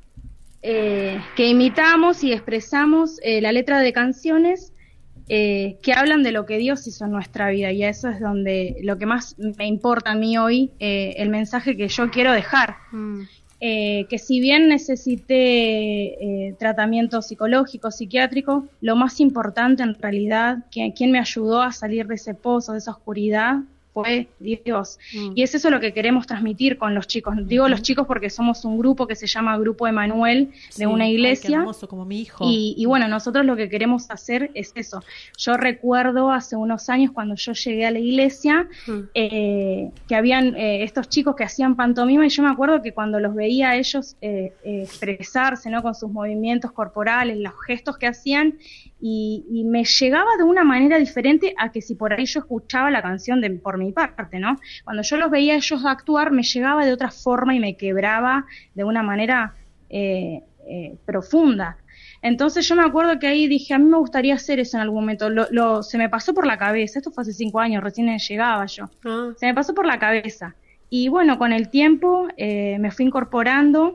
eh, que imitamos y expresamos eh, la letra de canciones eh, que hablan de lo que Dios hizo en nuestra vida, y eso es donde lo que más me importa a mí hoy, eh, el mensaje que yo quiero dejar. Mm. Eh, que si bien necesité eh, tratamiento psicológico, psiquiátrico, lo más importante en realidad, que, quien me ayudó a salir de ese pozo, de esa oscuridad, fue Dios. Mm. Y es eso lo que queremos transmitir con los chicos. Digo uh-huh. los chicos porque somos un grupo que se llama Grupo Emanuel, de sí, una iglesia. Ay, qué hermoso, como mi hijo. Y, y bueno, nosotros lo que queremos hacer es eso. Yo recuerdo hace unos años cuando yo llegué a la iglesia, uh-huh. eh, que habían eh, estos chicos que hacían pantomima, y yo me acuerdo que cuando los veía a ellos eh, eh, expresarse, ¿no? Con sus movimientos corporales, los gestos que hacían, y, y me llegaba de una manera diferente a que si por ahí yo escuchaba la canción de por mi parte, ¿no? Cuando yo los veía a ellos actuar, me llegaba de otra forma y me quebraba de una manera eh, eh, profunda. Entonces yo me acuerdo que ahí dije, a mí me gustaría hacer eso en algún momento. Lo, lo, se me pasó por la cabeza, esto fue hace cinco años, recién llegaba yo. Ah. Se me pasó por la cabeza. Y bueno, con el tiempo eh, me fui incorporando,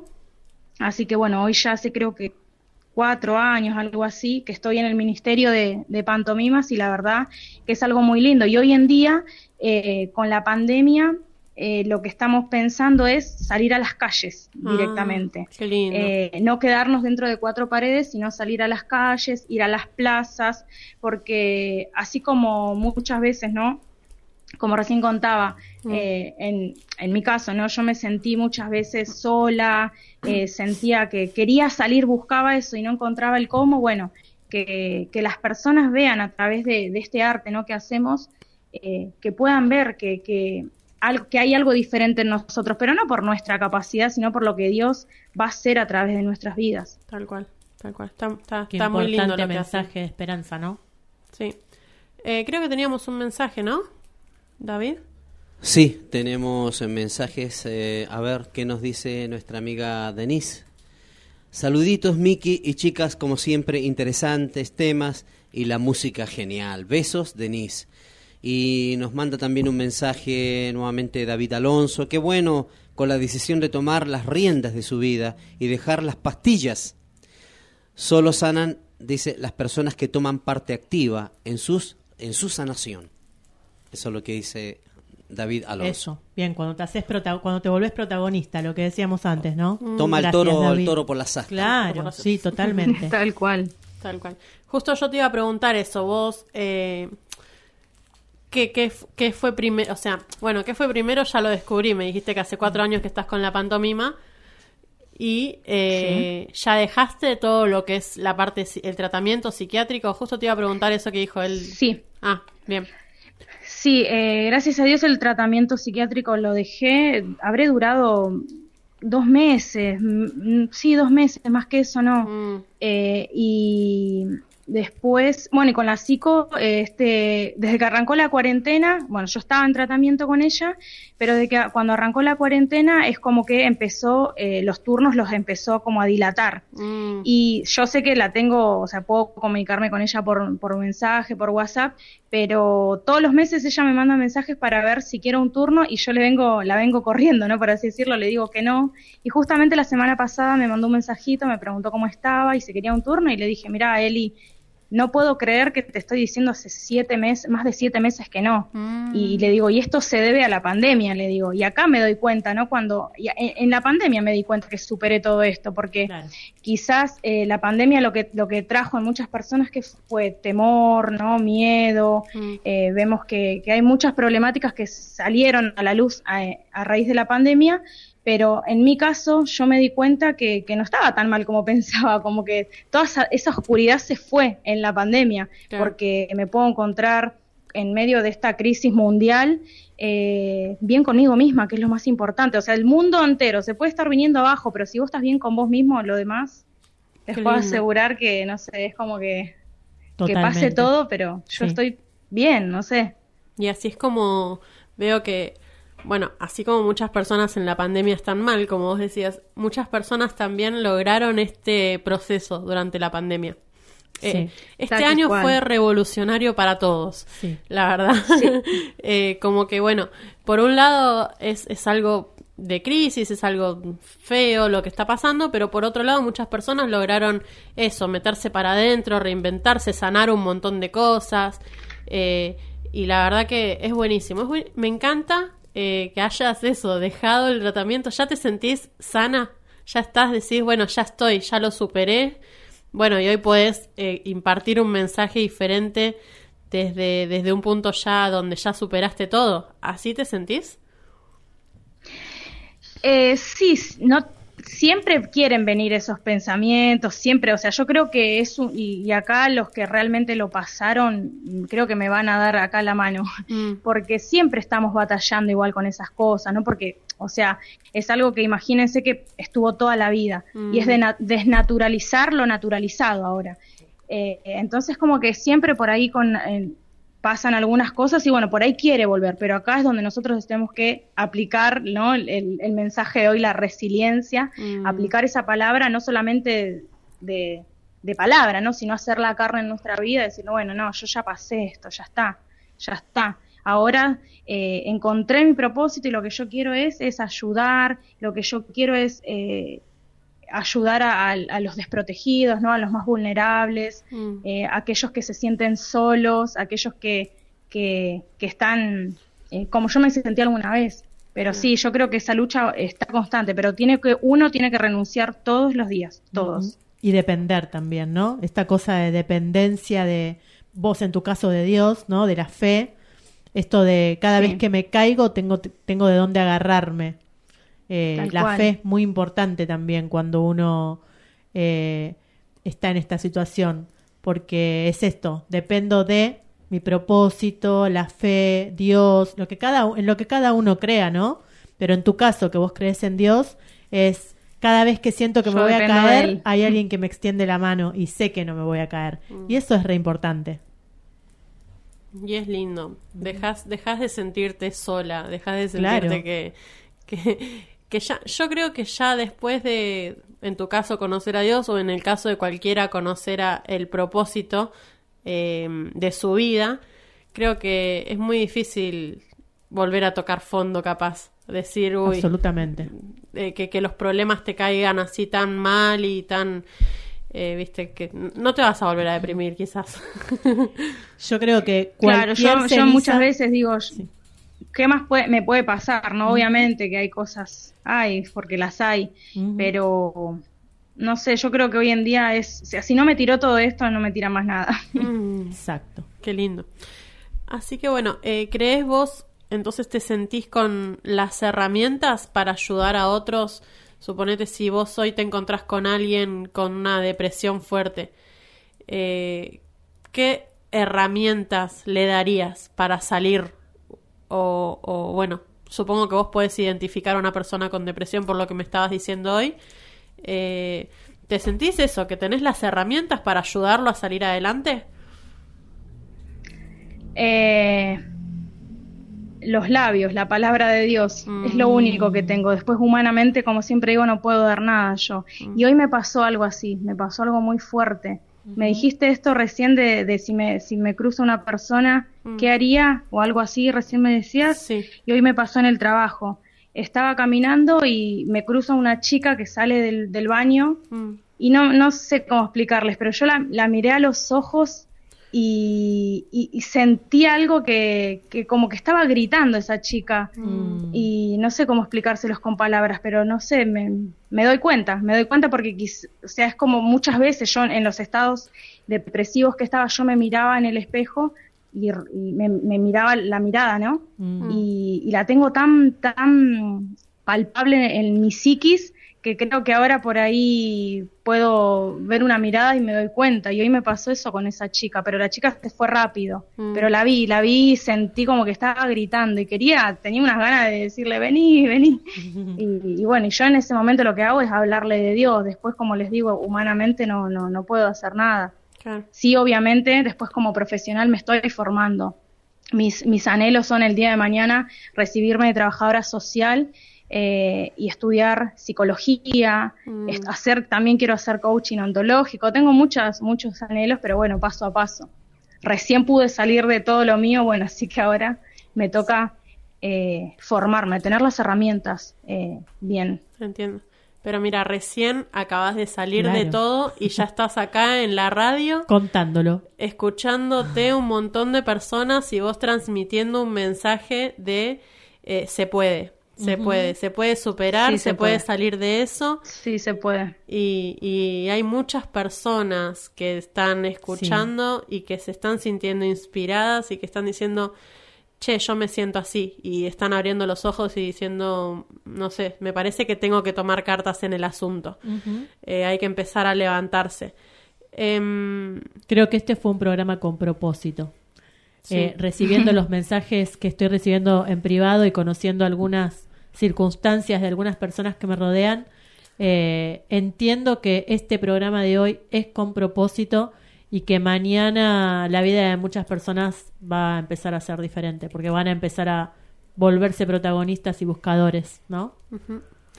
así que bueno, hoy ya hace creo que cuatro años, algo así, que estoy en el Ministerio de, de Pantomimas, y la verdad que es algo muy lindo. Y hoy en día, eh, con la pandemia, eh, lo que estamos pensando es salir a las calles ah, directamente. Qué lindo. Eh, no quedarnos dentro de cuatro paredes, sino salir a las calles, ir a las plazas, porque así como muchas veces, ¿no? Como recién contaba, mm. eh, en, en mi caso, ¿no? Yo me sentí muchas veces sola, eh, sentía que quería salir, buscaba eso y no encontraba el cómo. Bueno, que, que las personas vean a través de, de este arte, ¿no? que hacemos, eh, que puedan ver que, que, algo, que hay algo diferente en nosotros, pero no por nuestra capacidad, sino por lo que Dios va a hacer a través de nuestras vidas. Tal cual, tal cual. Está, está, Qué está muy lindo lo que mensaje hace. De esperanza, ¿no? Sí. Eh, creo que teníamos un mensaje, ¿no? David. Sí, tenemos mensajes. Eh, a ver qué nos dice nuestra amiga Denise. Saluditos, Miki y chicas, como siempre, interesantes temas y la música genial. Besos, Denise. Y nos manda también un mensaje nuevamente David Alonso. Qué bueno con la decisión de tomar las riendas de su vida y dejar las pastillas. Solo sanan, dice, las personas que toman parte activa en sus en su sanación. Eso es lo que dice David Alonso. Eso, bien, cuando te haces prota- cuando te volvés protagonista, lo que decíamos antes, ¿no? Toma el Gracias, toro, David. el toro por las astas. Claro, sí, totalmente. Tal cual. Tal cual. Justo yo te iba a preguntar eso, vos, eh, ¿qué, qué, qué fue primero? O sea, bueno, ¿qué fue primero? Ya lo descubrí, me dijiste que hace cuatro años que estás con la pantomima y eh, sí. ya dejaste todo lo que es la parte, el tratamiento psiquiátrico. Justo te iba a preguntar eso que dijo él. Sí. Ah, bien. Sí, eh, gracias a Dios el tratamiento psiquiátrico lo dejé, habré durado dos meses, m- sí, dos meses, más que eso no. Mm. Eh, y después, bueno, y con la psico, eh, este, desde que arrancó la cuarentena, bueno, yo estaba en tratamiento con ella, pero de que cuando arrancó la cuarentena es como que empezó, eh, los turnos los empezó como a dilatar. Mm. Y yo sé que la tengo, o sea, puedo comunicarme con ella por, por mensaje, por WhatsApp, pero todos los meses ella me manda mensajes para ver si quiero un turno y yo le vengo, la vengo corriendo, ¿no? Por así decirlo, le digo que no. Y justamente la semana pasada me mandó un mensajito, me preguntó cómo estaba y si quería un turno y le dije, mira, Eli, no puedo creer que te estoy diciendo hace siete meses, más de siete meses que no. Mm. Y le digo, y esto se debe a la pandemia, le digo. Y acá me doy cuenta, ¿no? Cuando, en, en la pandemia me di cuenta que superé todo esto, porque claro. quizás eh, la pandemia lo que lo que trajo en muchas personas que fue temor, ¿no? Miedo. Mm. Eh, vemos que, que hay muchas problemáticas que salieron a la luz a, a raíz de la pandemia. Pero en mi caso yo me di cuenta que, que no estaba tan mal como pensaba, como que toda esa, esa oscuridad se fue en la pandemia, claro. porque me puedo encontrar en medio de esta crisis mundial eh, bien conmigo misma, que es lo más importante. O sea, el mundo entero se puede estar viniendo abajo, pero si vos estás bien con vos mismo, lo demás, les puedo asegurar que, no sé, es como que, que pase todo, pero yo sí. estoy bien, no sé. Y así es como veo que... Bueno, así como muchas personas en la pandemia están mal, como vos decías, muchas personas también lograron este proceso durante la pandemia. Sí, eh, este año cual. fue revolucionario para todos, sí. la verdad. Sí. eh, como que, bueno, por un lado es, es algo de crisis, es algo feo lo que está pasando, pero por otro lado muchas personas lograron eso, meterse para adentro, reinventarse, sanar un montón de cosas. Eh, y la verdad que es buenísimo. Es bu- me encanta... Eh, que hayas eso, dejado el tratamiento, ya te sentís sana, ya estás, decís, bueno, ya estoy, ya lo superé, bueno, y hoy podés eh, impartir un mensaje diferente desde, desde un punto ya donde ya superaste todo. ¿Así te sentís? Eh, sí, no, siempre quieren venir esos pensamientos, siempre, o sea, yo creo que es un, y, y acá los que realmente lo pasaron, creo que me van a dar acá la mano, mm. porque siempre estamos batallando igual con esas cosas, ¿no? Porque, o sea, es algo que imagínense que estuvo toda la vida, mm. y es de na- desnaturalizar lo naturalizado ahora. Eh, entonces como que siempre por ahí con... Eh, pasan algunas cosas y bueno, por ahí quiere volver, pero acá es donde nosotros tenemos que aplicar, ¿no? el, el mensaje de hoy, la resiliencia, mm. aplicar esa palabra no solamente de, de palabra, ¿no? Sino hacer la carne en nuestra vida, decir, bueno, no, yo ya pasé esto, ya está, ya está. Ahora eh, encontré mi propósito y lo que yo quiero es, es ayudar, lo que yo quiero es... Eh, ayudar a, a, a los desprotegidos, ¿no? A los más vulnerables, mm. eh, aquellos que se sienten solos, aquellos que, que, que están, eh, como yo me sentí alguna vez. Pero mm. sí, yo creo que esa lucha está constante, pero tiene que uno tiene que renunciar todos los días, todos. Y depender también, ¿no? Esta cosa de dependencia de vos, en tu caso de Dios, ¿no? De la fe, esto de cada sí. vez que me caigo tengo, tengo de dónde agarrarme. Eh, la cual. fe es muy importante también cuando uno eh, está en esta situación, porque es esto, dependo de mi propósito, la fe, Dios, lo que cada, en lo que cada uno crea, ¿no? Pero en tu caso, que vos crees en Dios, es cada vez que siento que Yo me voy a caer, hay alguien que me extiende la mano y sé que no me voy a caer. Mm. Y eso es re importante. Y es lindo. Dejas, dejas de sentirte sola, dejas de sentirte claro. que... que que ya, yo creo que ya después de, en tu caso, conocer a Dios, o en el caso de cualquiera, conocer a el propósito eh, de su vida, creo que es muy difícil volver a tocar fondo, capaz. decir, uy, absolutamente, eh, que, que los problemas te caigan así tan mal y tan, eh, viste, que no te vas a volver a deprimir quizás. Yo creo que claro, yo, ceniza... yo muchas veces digo, sí. ¿qué más puede, me puede pasar? No, obviamente que hay cosas, hay, porque las hay, uh-huh. pero no sé, yo creo que hoy en día es, o sea, si no me tiró todo esto, no me tira más nada. Mm, exacto, qué lindo. Así que bueno, eh, ¿crees vos, entonces te sentís con las herramientas para ayudar a otros? Suponete si vos hoy te encontrás con alguien con una depresión fuerte, eh, ¿qué herramientas le darías para salir? O, o bueno, supongo que vos podés identificar a una persona con depresión por lo que me estabas diciendo hoy. Eh, ¿Te sentís eso, que tenés las herramientas para ayudarlo a salir adelante? Eh, los labios, la palabra de Dios, mm. es lo único que tengo. Después humanamente, como siempre digo, no puedo dar nada yo. Mm. Y hoy me pasó algo así, me pasó algo muy fuerte. Mm-hmm. Me dijiste esto recién de, de si me si me cruza una persona, mm. ¿qué haría? O algo así, recién me decías. Sí. Y hoy me pasó en el trabajo. Estaba caminando y me cruza una chica que sale del, del baño mm. y no, no sé cómo explicarles, pero yo la, la miré a los ojos y, y, y sentí algo que, que como que estaba gritando esa chica mm. y no sé cómo explicárselos con palabras, pero no sé, me, me doy cuenta, me doy cuenta porque quis, o sea, es como muchas veces yo en los estados depresivos que estaba, yo me miraba en el espejo y, y me, me miraba la mirada, ¿no? Mm. Y, y la tengo tan, tan palpable en, en mi psiquis que creo que ahora por ahí puedo ver una mirada y me doy cuenta. Y hoy me pasó eso con esa chica, pero la chica se fue rápido. Mm. Pero la vi, la vi y sentí como que estaba gritando y quería, tenía unas ganas de decirle, vení, vení. y, y bueno, y yo en ese momento lo que hago es hablarle de Dios. Después, como les digo, humanamente no, no, no puedo hacer nada. Claro. Sí, obviamente, después como profesional me estoy formando. Mis, mis anhelos son el día de mañana recibirme de trabajadora social eh, y estudiar psicología, mm. est- hacer también quiero hacer coaching ontológico. Tengo muchas, muchos anhelos, pero bueno, paso a paso. Recién pude salir de todo lo mío, bueno, así que ahora me toca eh, formarme, tener las herramientas eh, bien. Entiendo. Pero mira, recién acabas de salir claro. de todo y ya estás acá en la radio contándolo, escuchándote un montón de personas y vos transmitiendo un mensaje de eh, se puede, se uh-huh. puede, se puede superar, sí, se, se puede. puede salir de eso. Sí, se puede. Y, y hay muchas personas que están escuchando sí. y que se están sintiendo inspiradas y que están diciendo, che, yo me siento así, y están abriendo los ojos y diciendo, no sé, me parece que tengo que tomar cartas en el asunto. Uh-huh. Eh, hay que empezar a levantarse. Eh, Creo que este fue un programa con propósito. Sí. Eh, recibiendo los mensajes que estoy recibiendo en privado y conociendo algunas circunstancias de algunas personas que me rodean, eh, entiendo que este programa de hoy es con propósito y que mañana la vida de muchas personas va a empezar a ser diferente, porque van a empezar a volverse protagonistas y buscadores, ¿no? Uh-huh.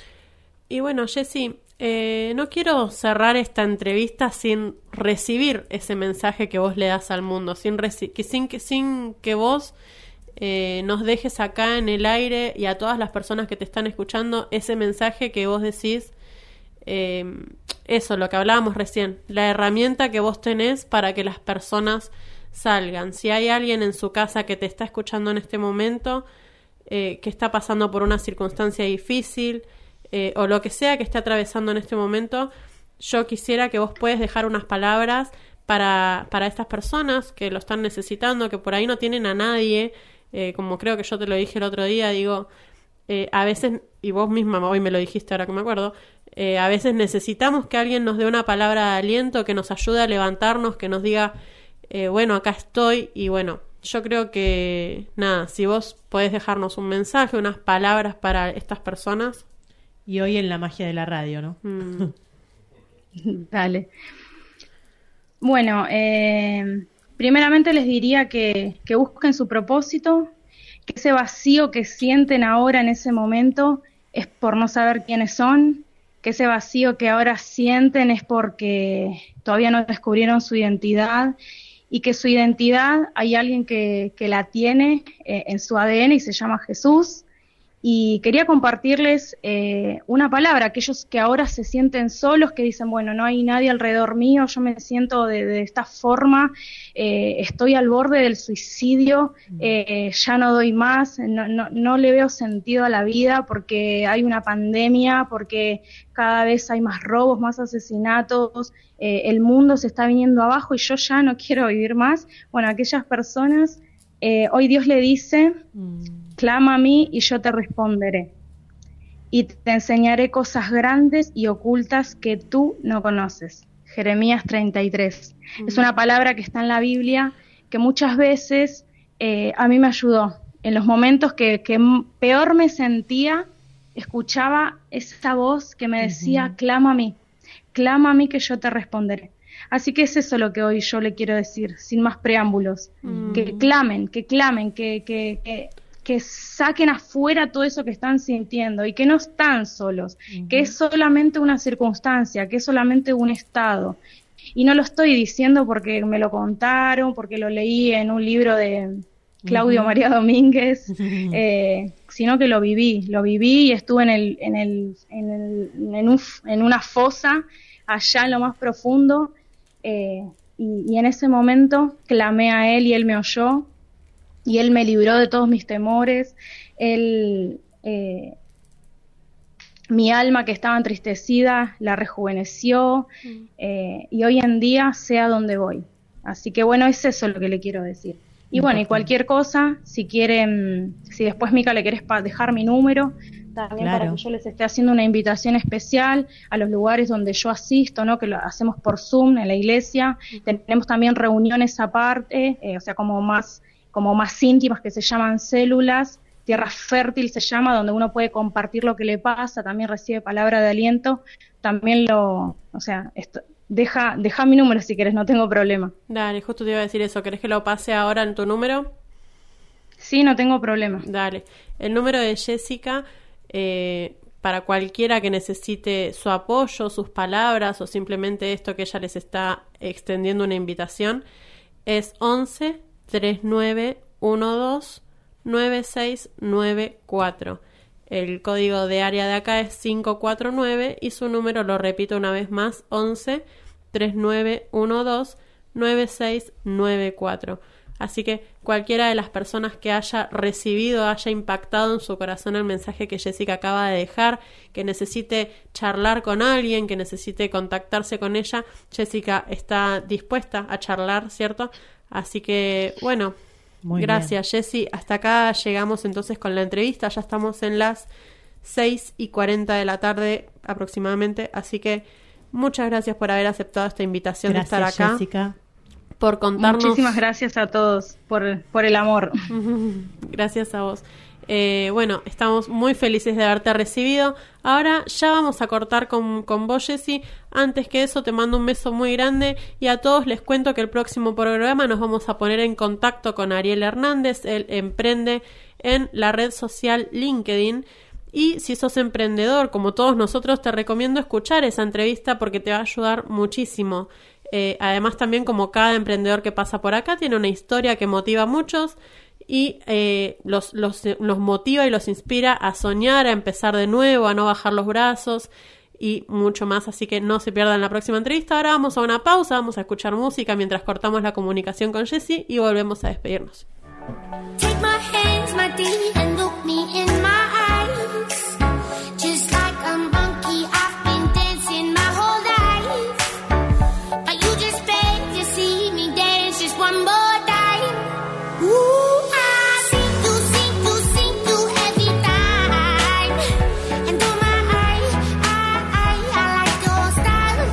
Y bueno, Jessy, eh, no quiero cerrar esta entrevista sin recibir ese mensaje que vos le das al mundo, sin, reci- que, sin, que, sin que vos eh, nos dejes acá en el aire y a todas las personas que te están escuchando ese mensaje que vos decís. Eh, eso, lo que hablábamos recién, la herramienta que vos tenés para que las personas salgan. Si hay alguien en su casa que te está escuchando en este momento, eh, que está pasando por una circunstancia difícil, eh, o lo que sea que esté atravesando en este momento, yo quisiera que vos puedas dejar unas palabras para, para estas personas que lo están necesitando, que por ahí no tienen a nadie, eh, como creo que yo te lo dije el otro día, digo, eh, a veces, y vos misma hoy me lo dijiste ahora que me acuerdo, Eh, a veces necesitamos que alguien nos dé una palabra de aliento, que nos ayude a levantarnos, que nos diga, eh, bueno, acá estoy. Y bueno, yo creo que, nada, si vos podés dejarnos un mensaje, unas palabras para estas personas. Y hoy en la magia de la radio, ¿no? Mm. Dale. Bueno, eh, primeramente les diría que, que busquen su propósito, que ese vacío que sienten ahora en ese momento es por no saber quiénes son, que ese vacío que ahora sienten es porque todavía no descubrieron su identidad y que su identidad hay alguien que, que la tiene eh, en su A D N y se llama Jesús y quería compartirles eh, una palabra, aquellos que ahora se sienten solos, que dicen, bueno, no hay nadie alrededor mío, yo me siento de, de esta forma, eh, estoy al borde del suicidio, eh, ya no doy más, no, no, no le veo sentido a la vida porque hay una pandemia, porque cada vez hay más robos, más asesinatos, eh, el mundo se está viniendo abajo y yo ya no quiero vivir más. Bueno, aquellas personas, eh, hoy Dios le dice, clama a mí y yo te responderé, y te enseñaré cosas grandes y ocultas que tú no conoces. Jeremías treinta y tres. Mm. Es una palabra que está en la Biblia, que muchas veces eh, a mí me ayudó. En los momentos que, que peor me sentía, escuchaba esa voz que me decía, uh-huh. clama a mí, clama a mí que yo te responderé. Así que es eso lo que hoy yo le quiero decir, sin más preámbulos, mm. que clamen, que clamen, que, que, que, que saquen afuera todo eso que están sintiendo y que no están solos, uh-huh. que es solamente una circunstancia, que es solamente un estado. Y no lo estoy diciendo porque me lo contaron, porque lo leí en un libro de Claudio uh-huh. María Domínguez, uh-huh. eh, sino que lo viví, lo viví y estuve en, el, en, el, en, el, en, un, en una fosa allá en lo más profundo. Eh, y, y en ese momento clamé a Él y Él me oyó y Él me libró de todos mis temores. Él, eh, mi alma que estaba entristecida la rejuveneció mm. eh, y hoy en día sé a dónde voy. Así que bueno, es eso lo que le quiero decir. Y bueno, y cualquier cosa, si quieren, si después Mica le querés pa- dejar mi número, también claro. para que yo les esté haciendo una invitación especial a los lugares donde yo asisto, ¿no? Que lo hacemos por Zoom en la iglesia. Uh-huh. Tenemos también reuniones aparte, eh, o sea, como más, como más íntimas, que se llaman células. Tierra Fértil se llama, donde uno puede compartir lo que le pasa, también recibe palabra de aliento. También lo, o sea, esto, deja, deja mi número si querés, no tengo problema. Dale, justo te iba a decir eso. ¿Querés que lo pase ahora en tu número? Sí, no tengo problema. Dale. El número de Jessica, eh, para cualquiera que necesite su apoyo, sus palabras o simplemente esto que ella les está extendiendo una invitación, es once, treinta y nueve, doce, nueve seis nueve cuatro. El código de área de acá es cinco cuatro nueve y su número, lo repito una vez más, once, treinta y nueve, doce, nueve seis nueve cuatro. Así que cualquiera de las personas que haya recibido, haya impactado en su corazón el mensaje que Jessica acaba de dejar, que necesite charlar con alguien, que necesite contactarse con ella, Jessica está dispuesta a charlar, ¿cierto? Así que, bueno, muy gracias, Jessy. Hasta acá llegamos entonces con la entrevista. Ya estamos en las seis y cuarenta de la tarde aproximadamente. Así que muchas gracias por haber aceptado esta invitación gracias, de estar acá. Jessica. Por contarnos. Muchísimas gracias a todos por, por el amor. Gracias a vos. Eh, bueno, estamos muy felices de haberte recibido. Ahora ya vamos a cortar con, con vos, Jessy. Antes que eso, te mando un beso muy grande y a todos les cuento que el próximo programa nos vamos a poner en contacto con Ariel Hernández. Él emprende en la red social LinkedIn. Y si sos emprendedor, como todos nosotros, te recomiendo escuchar esa entrevista porque te va a ayudar muchísimo. Eh, además, también como cada emprendedor que pasa por acá, tiene una historia que motiva a muchos y eh, los, los, los motiva y los inspira a soñar, a empezar de nuevo, a no bajar los brazos y mucho más. Así que no se pierdan la próxima entrevista. Ahora vamos a una pausa, vamos a escuchar música mientras cortamos la comunicación con Jessy y volvemos a despedirnos. Take my hands, my dear, and look me in my eyes. Just like a monkey, I've been dancing my whole life. But you just beg to see me dance just one more time. Ooh, I sing to, sing to, sing to every time. And oh my, I, I, I, I like your style.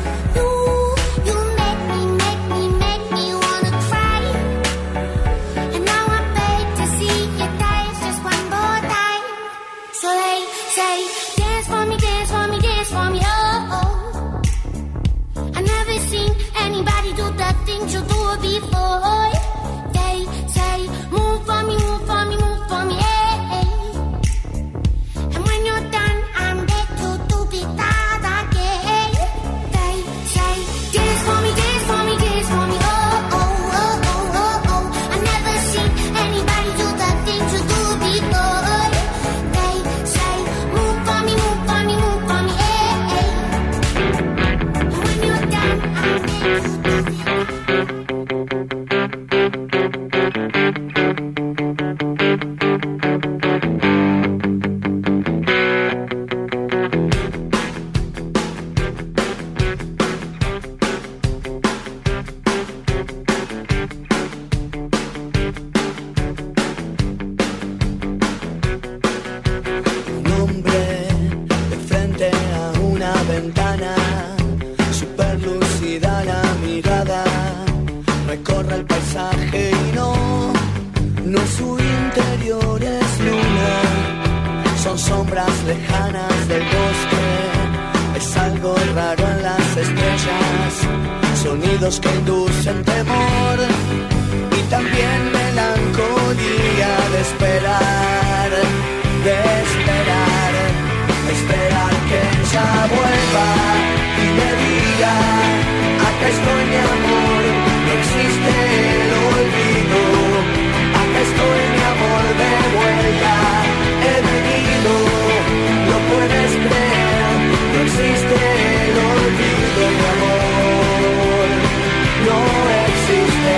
You, you make me, make me, make me wanna cry. And now I beg to see you dance just one more time. So they say, dance for me, dance for me, dance for me, oh, oh. I never seen anybody do the things you do before. They say, move for me, move for me, move for me, hey, hey. And when you're done, I'm there to do it that again. They say, dance for me, dance for me, dance for me, oh, oh, oh, oh, oh, oh. I never seen anybody do the things you do before. They recorre el paisaje y no, no es su interior, es luna. Son sombras lejanas del bosque, es algo raro en las estrellas, sonidos que inducen temor y también melancolía de esperar, de esperar, esperar que ella vuelva y me diga, acá estoy mi amor, no existe el olvido, acá estoy mi amor de vuelta, he venido, no puedes creer, no existe el olvido, mi amor, no existe.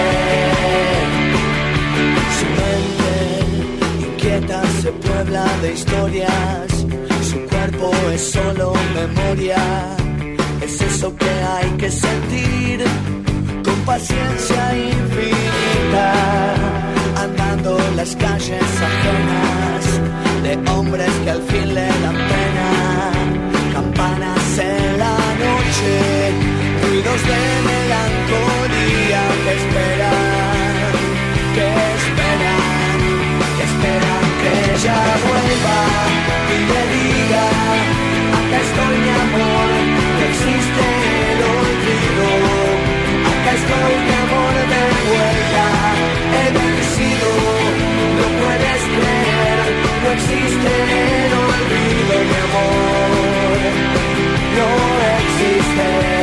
Su mente inquieta se puebla de historias, su cuerpo es solo memoria, es eso que hay que sentir con paciencia infinita, andando las calles ajenas de hombres que al fin le dan pena, campanas en la noche, ruidos de melancolía que esperan, que esperan, que esperan que ella vuelva y me diga, acá estoy mi amor, no existe el olvido, acá estoy mi amor de vuelta, he vencido, no puedes creer, no existe el olvido, mi amor, no existe.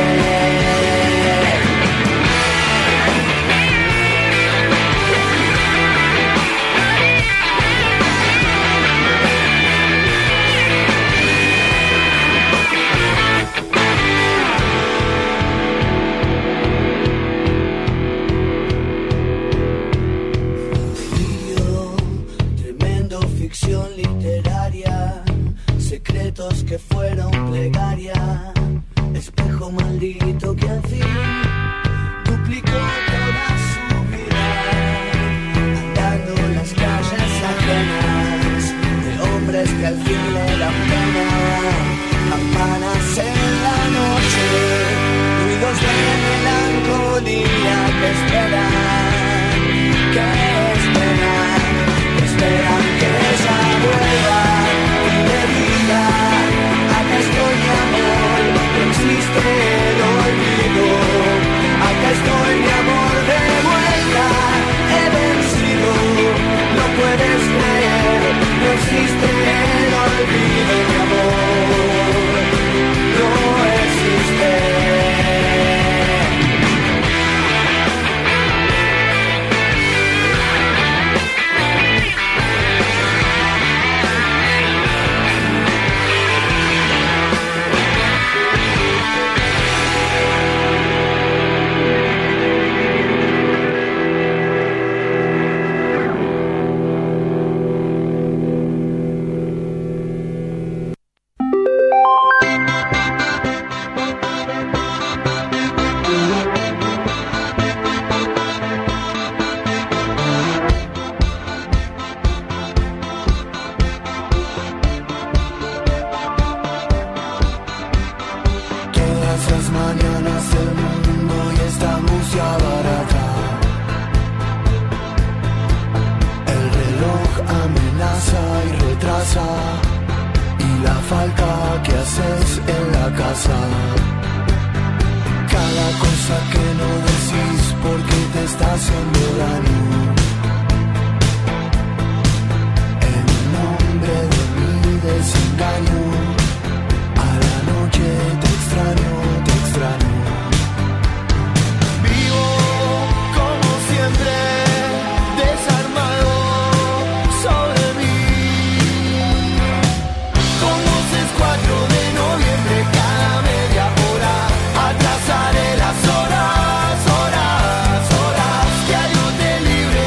Literaria, secretos que fueron plegaria, espejo maldito que al fin duplicó toda su vida, andando las calles ajenas de hombres que al fin le dan pena, campanas en la noche, ruidos de melancolía que esperan, que esperan, que esperan que ella vuelva y me diga, acá estoy mi amor, no existe el olvido, acá estoy mi amor de vuelta, he vencido, no puedes creer, no existe el olvido, mi amor, no existe. Atrasaré las horas, horas, horas, que algo te libre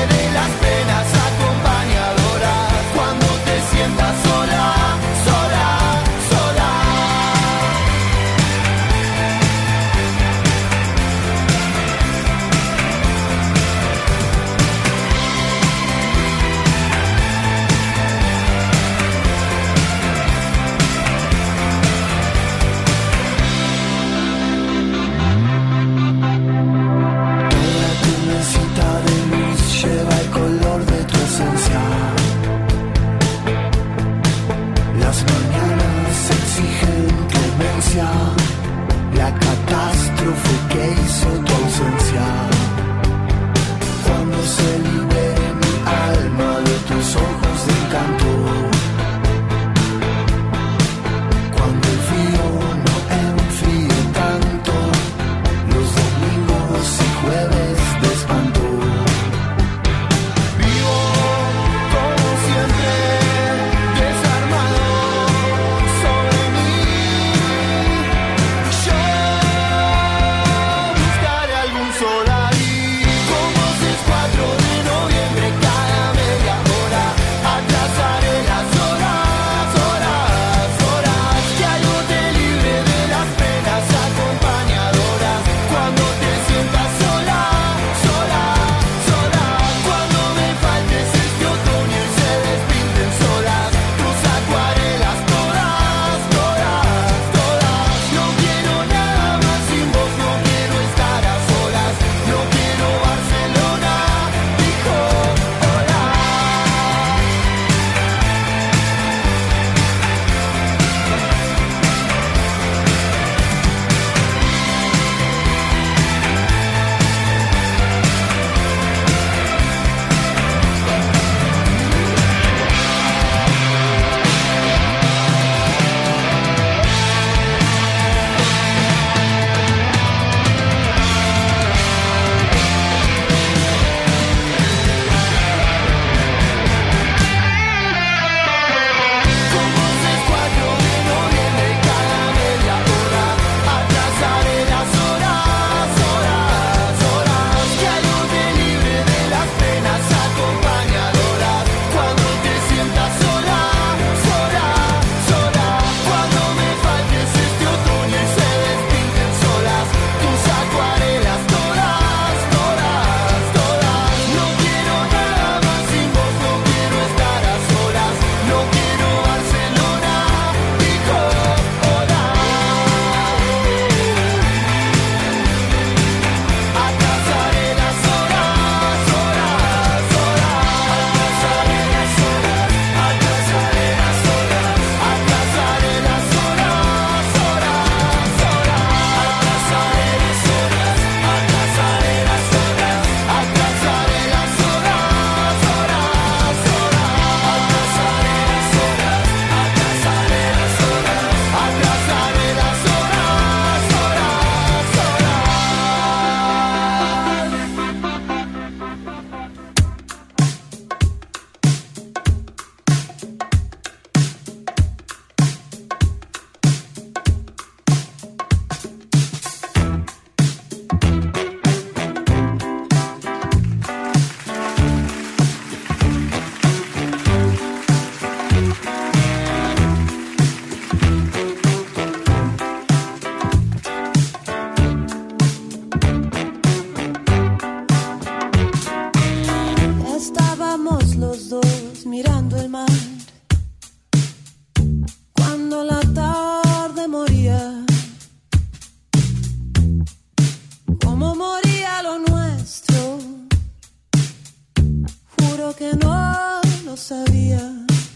que no lo sabía.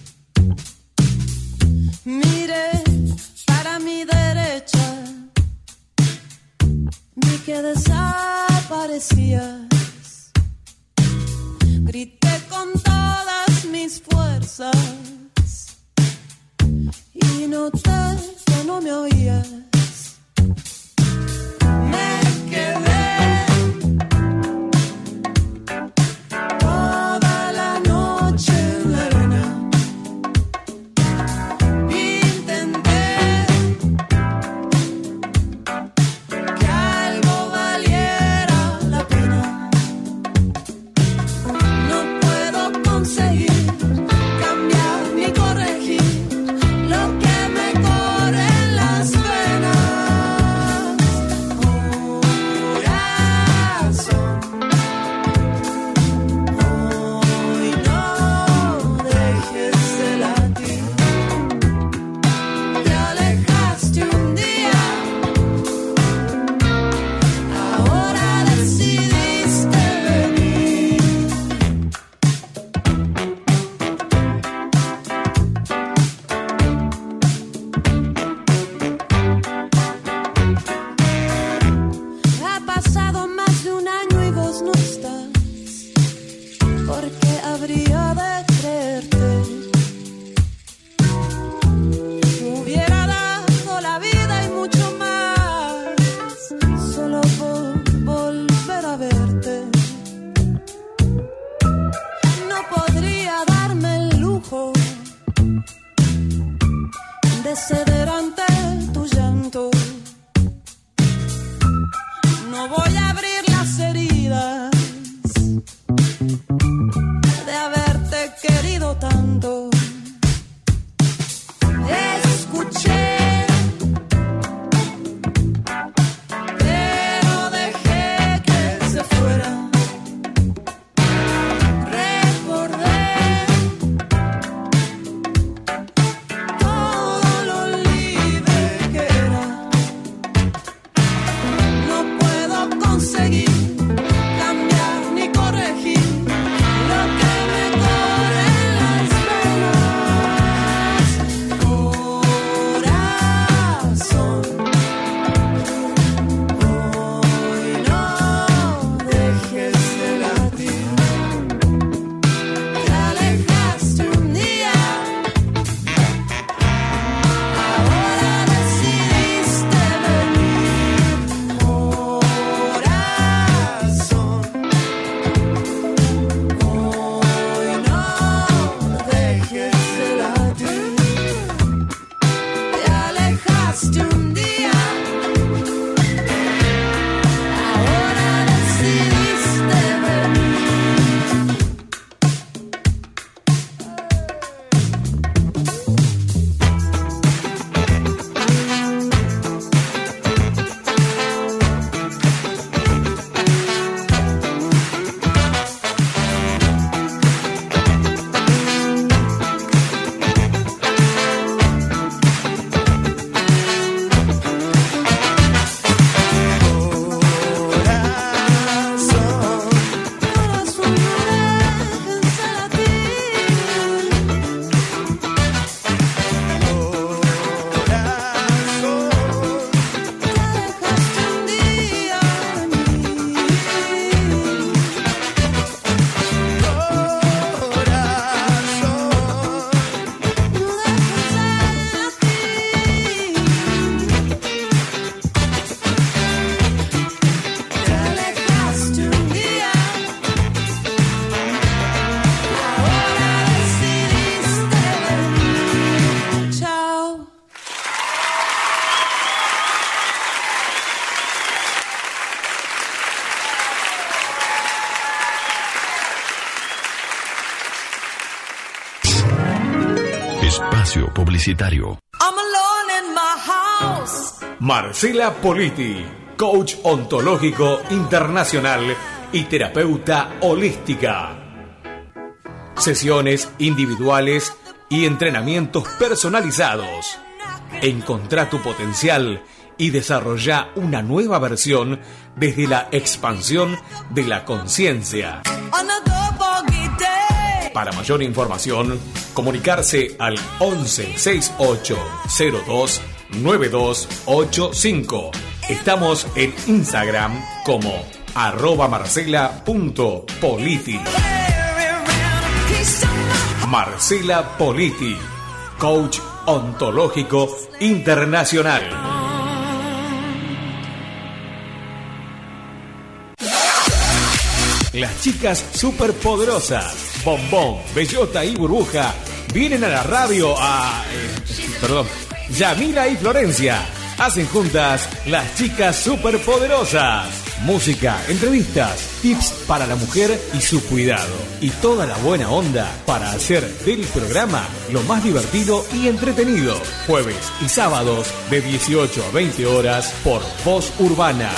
Miré para mi derecha, vi que desaparecías. Grité con todas mis fuerzas y noté que no me oías. Me quedé toda la noche en la arena. Intenté que algo valiera la pena. No puedo conseguir cambiar ni corregir lo que me corre en las venas. Corazón, hoy no dejes de latir. Te alejaste un día, ahora decidiste venir. Ha pasado más de un año y vos no estás. ¿Por qué habría de creerte? Hubiera dado la vida y mucho más solo por volver a verte. No podría darme el lujo de ceder ante tu llanto. No voy a abrir las heridas de haberte querido tanto. Escuché, pero dejé que se fuera. Recordé todo lo libre que era. No puedo conseguir cambiar ni corregir lo que me corre en las venas. Corazón, hoy no dejes de latir. Te alejaste un día, ahora decidiste venir. Corazón, hoy no dejes de latir. Te alejaste un día, ahora decidiste venir. Corazón, no dejes de latir. Te alejaste un día de mí. No dejes de latir. Te alejaste un día, ahora decidiste venir. Chao. Espacio publicitario. I'm alone in my house. Marcela Politi, coach ontológico internacional y terapeuta holística. Sesiones individuales y entrenamientos personalizados. Encontrá tu potencial y desarrolla una nueva versión desde la expansión de la conciencia. Another bogey day. Para mayor información, comunicarse al once sesenta y ocho cero dos nueve dos ocho cinco. Estamos en Instagram como arroba marcela punto politi. Marcela Politi, coach ontológico internacional. Las chicas superpoderosas, Bombón, Bellota y Burbuja, vienen a la radio a... Eh, perdón, Yamila y Florencia. Hacen juntas Las Chicas Superpoderosas. Música, entrevistas, tips para la mujer y su cuidado. Y toda la buena onda para hacer del programa lo más divertido y entretenido. Jueves y sábados de dieciocho a veinte horas por Voz Urbana.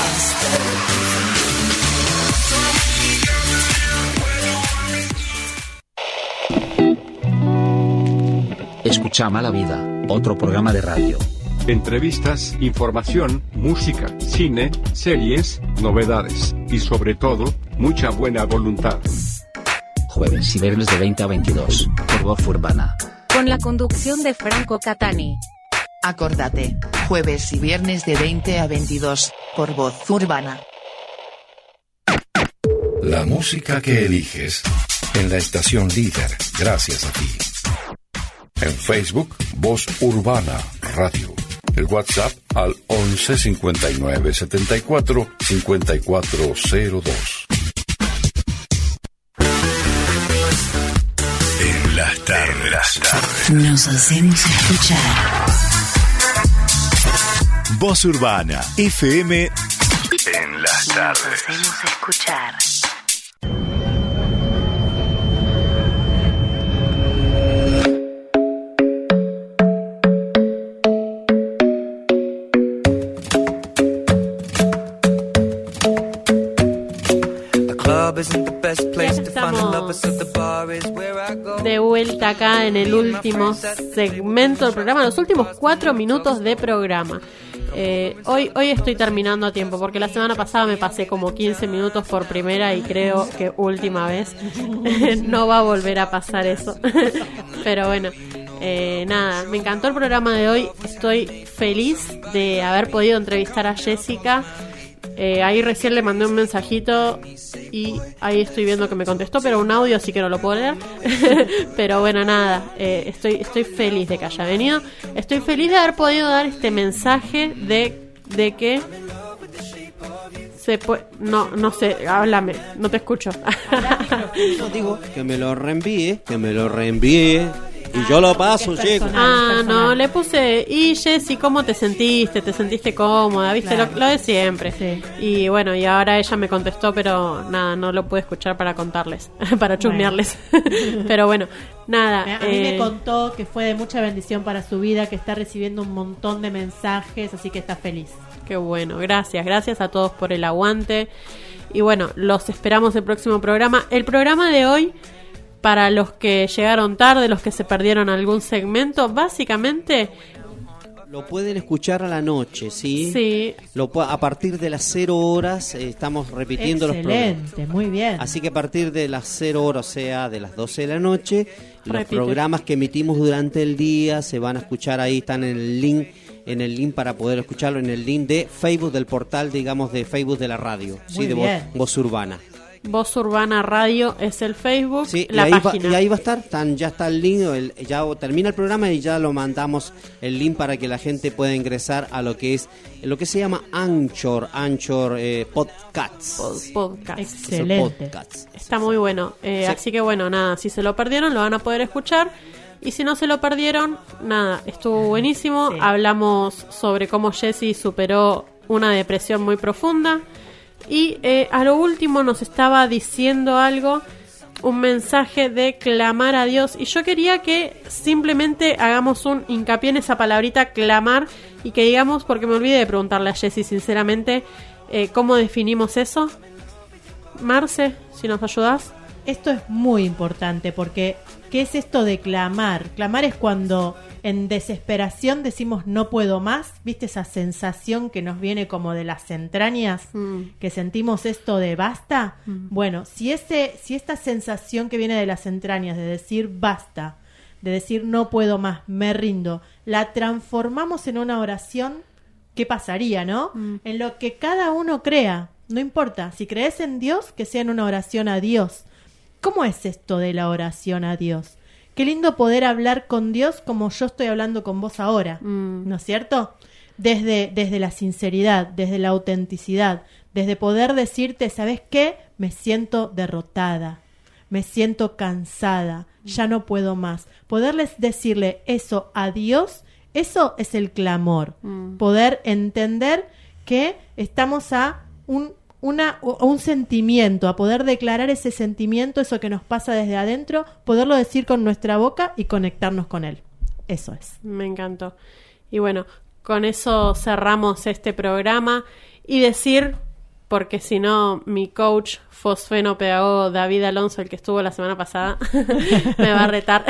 Escucha Mala Vida, otro programa de radio. Entrevistas, información, música, cine, series, novedades y sobre todo, mucha buena voluntad. Jueves y viernes de veinte a veintidós, por Voz Urbana. Con la conducción de Franco Catani. Acordate, jueves y viernes de veinte a veintidós, por Voz Urbana. La música que eliges en la estación líder, gracias a ti. En Facebook, Voz Urbana Radio. El WhatsApp al once cincuenta y nueve setenta y cuatro cincuenta y cuatro cero dos. En las tardes. Nos hacemos escuchar. Voz Urbana, F M. En las tardes. Nos hacemos escuchar. De vuelta acá en el último segmento del programa, los últimos cuatro minutos de programa. Eh, hoy, hoy estoy terminando a tiempo porque la semana pasada me pasé como quince minutos por primera y creo que última vez. No va a volver a pasar eso. Pero bueno, eh, nada, me encantó el programa de hoy. Estoy feliz de haber podido entrevistar a Jessica. Eh, ahí recién le mandé un mensajito y ahí estoy viendo que me contestó, pero un audio, así que no lo puedo leer. Pero bueno, nada, eh, estoy estoy feliz de que haya venido. Estoy feliz de haber podido dar este mensaje de, de que se puede... No, no sé, háblame, no te escucho. No, digo que me lo reenvíe, que me lo reenvíe. Y yo lo paso, llego. Ah, no, le puse, y Jessy, ¿cómo te sentiste? ¿Te sentiste cómoda? ¿Viste? Claro. Lo, lo de siempre. Sí. Y bueno, y ahora ella me contestó, pero nada, no lo pude escuchar para contarles, para chusmearles. Bueno. Pero bueno, nada. A eh... mí me contó que fue de mucha bendición para su vida, que está recibiendo un montón de mensajes, así que está feliz. Qué bueno, gracias, gracias a todos por el aguante. Y bueno, los esperamos el próximo programa. El programa de hoy... Para los que llegaron tarde, los que se perdieron algún segmento, básicamente... Lo pueden escuchar a la noche, ¿sí? Sí. Lo, a partir de las cero horas eh, estamos repitiendo Excelente, los programas. Excelente, muy bien. Así que a partir de las cero horas, o sea, de las doce de la noche, Repite. Los programas que emitimos durante el día se van a escuchar ahí, están en el link, en el link para poder escucharlo, en el link de Facebook, del portal, digamos, de Facebook de la radio, muy ¿sí? De bien. Voz, Voz Urbana. Voz Urbana Radio es el Facebook, sí, la y ahí página. Va, y ahí va a estar, tan, ya está el link, el, ya termina el programa y ya lo mandamos el link para que la gente pueda ingresar a lo que es, lo que se llama Anchor, Anchor eh, Podcasts. Pod, podcast. Excelente. Podcasts. Está muy bueno, eh, sí. Así que bueno, nada, si se lo perdieron lo van a poder escuchar. Y si no se lo perdieron, nada, estuvo buenísimo. Sí. Hablamos sobre cómo Jessy superó una depresión muy profunda. Y eh, a lo último nos estaba diciendo algo, un mensaje de clamar a Dios. Y yo quería que simplemente hagamos un hincapié en esa palabrita clamar y que digamos, porque me olvidé de preguntarle a Jessy sinceramente, eh, ¿cómo definimos eso? Marce, si nos ayudás. Esto es muy importante porque ¿qué es esto de clamar? Clamar es cuando en desesperación decimos no puedo más, ¿viste esa sensación que nos viene como de las entrañas? Mm. Que sentimos esto de basta. Mm. Bueno, si ese, si esta sensación que viene de las entrañas de decir basta, de decir no puedo más, me rindo, la transformamos en una oración, ¿qué pasaría, no? Mm. En lo que cada uno crea, no importa, si crees en Dios, que sea en una oración a Dios. ¿Cómo es esto de la oración a Dios? Qué lindo poder hablar con Dios como yo estoy hablando con vos ahora, mm. ¿no es cierto? Desde, desde la sinceridad, desde la autenticidad, desde poder decirte, ¿sabes qué? Me siento derrotada, me siento cansada, ya no puedo más. Poderles decirle eso a Dios, eso es el clamor. Mm. Poder entender que estamos a un Una, o un sentimiento, a poder declarar ese sentimiento, eso que nos pasa desde adentro, poderlo decir con nuestra boca y conectarnos con él. Eso es. Me encantó. Y bueno, con eso cerramos este programa y decir, porque si no, mi coach fosfenopedagogo David Alonso, el que estuvo la semana pasada, me va a retar.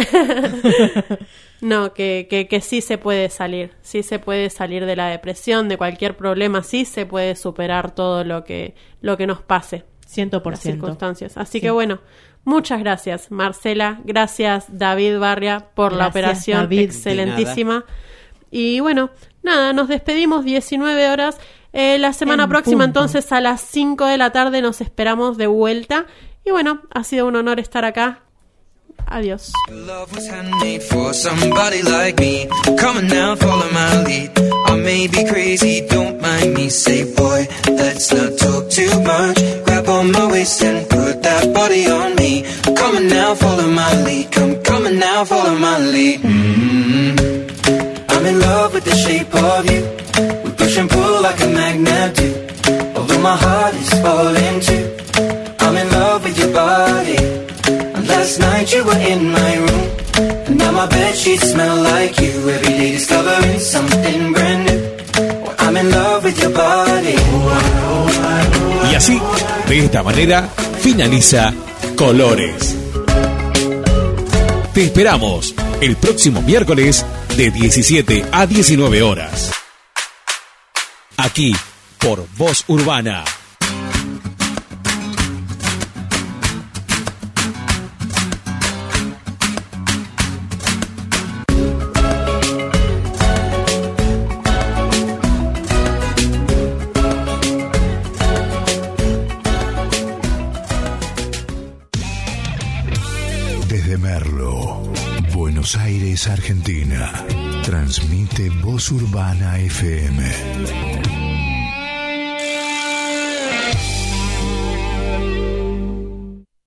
No, que, que, que sí se puede salir, sí se puede salir de la depresión, de cualquier problema, sí se puede superar todo lo que, lo que nos pase. cien por ciento. Las circunstancias. Así sí. que bueno, muchas gracias Marcela, gracias David Barria por gracias, la operación David. Excelentísima. Y bueno, nada, nos despedimos, diecinueve horas. Eh, la semana en próxima punto. Entonces a las cinco de la tarde nos esperamos de vuelta. Y bueno, ha sido un honor estar acá. Adiós. Love was handmade for somebody like me. Come on now, follow my lead. I may be crazy, don't mind me. Say, boy, let's not talk too much. Grab on my waist and put that body on me. Come on now, follow my lead. Come, come on now, follow my lead. Mm-hmm. I'm in love with the shape of you. We push and pull like a magnet do. Although my heart is falling too. I'm in love with your body. Last night you were in my room, and now my bedsheets smell like you. Every day discovering something brand new. I'm in love with your body. Y así, de esta manera, finaliza Colores. Te esperamos el próximo miércoles de diecisiete a diecinueve horas. Aquí, por Voz Urbana. Buenos Aires, Argentina. Transmite Voz Urbana F M.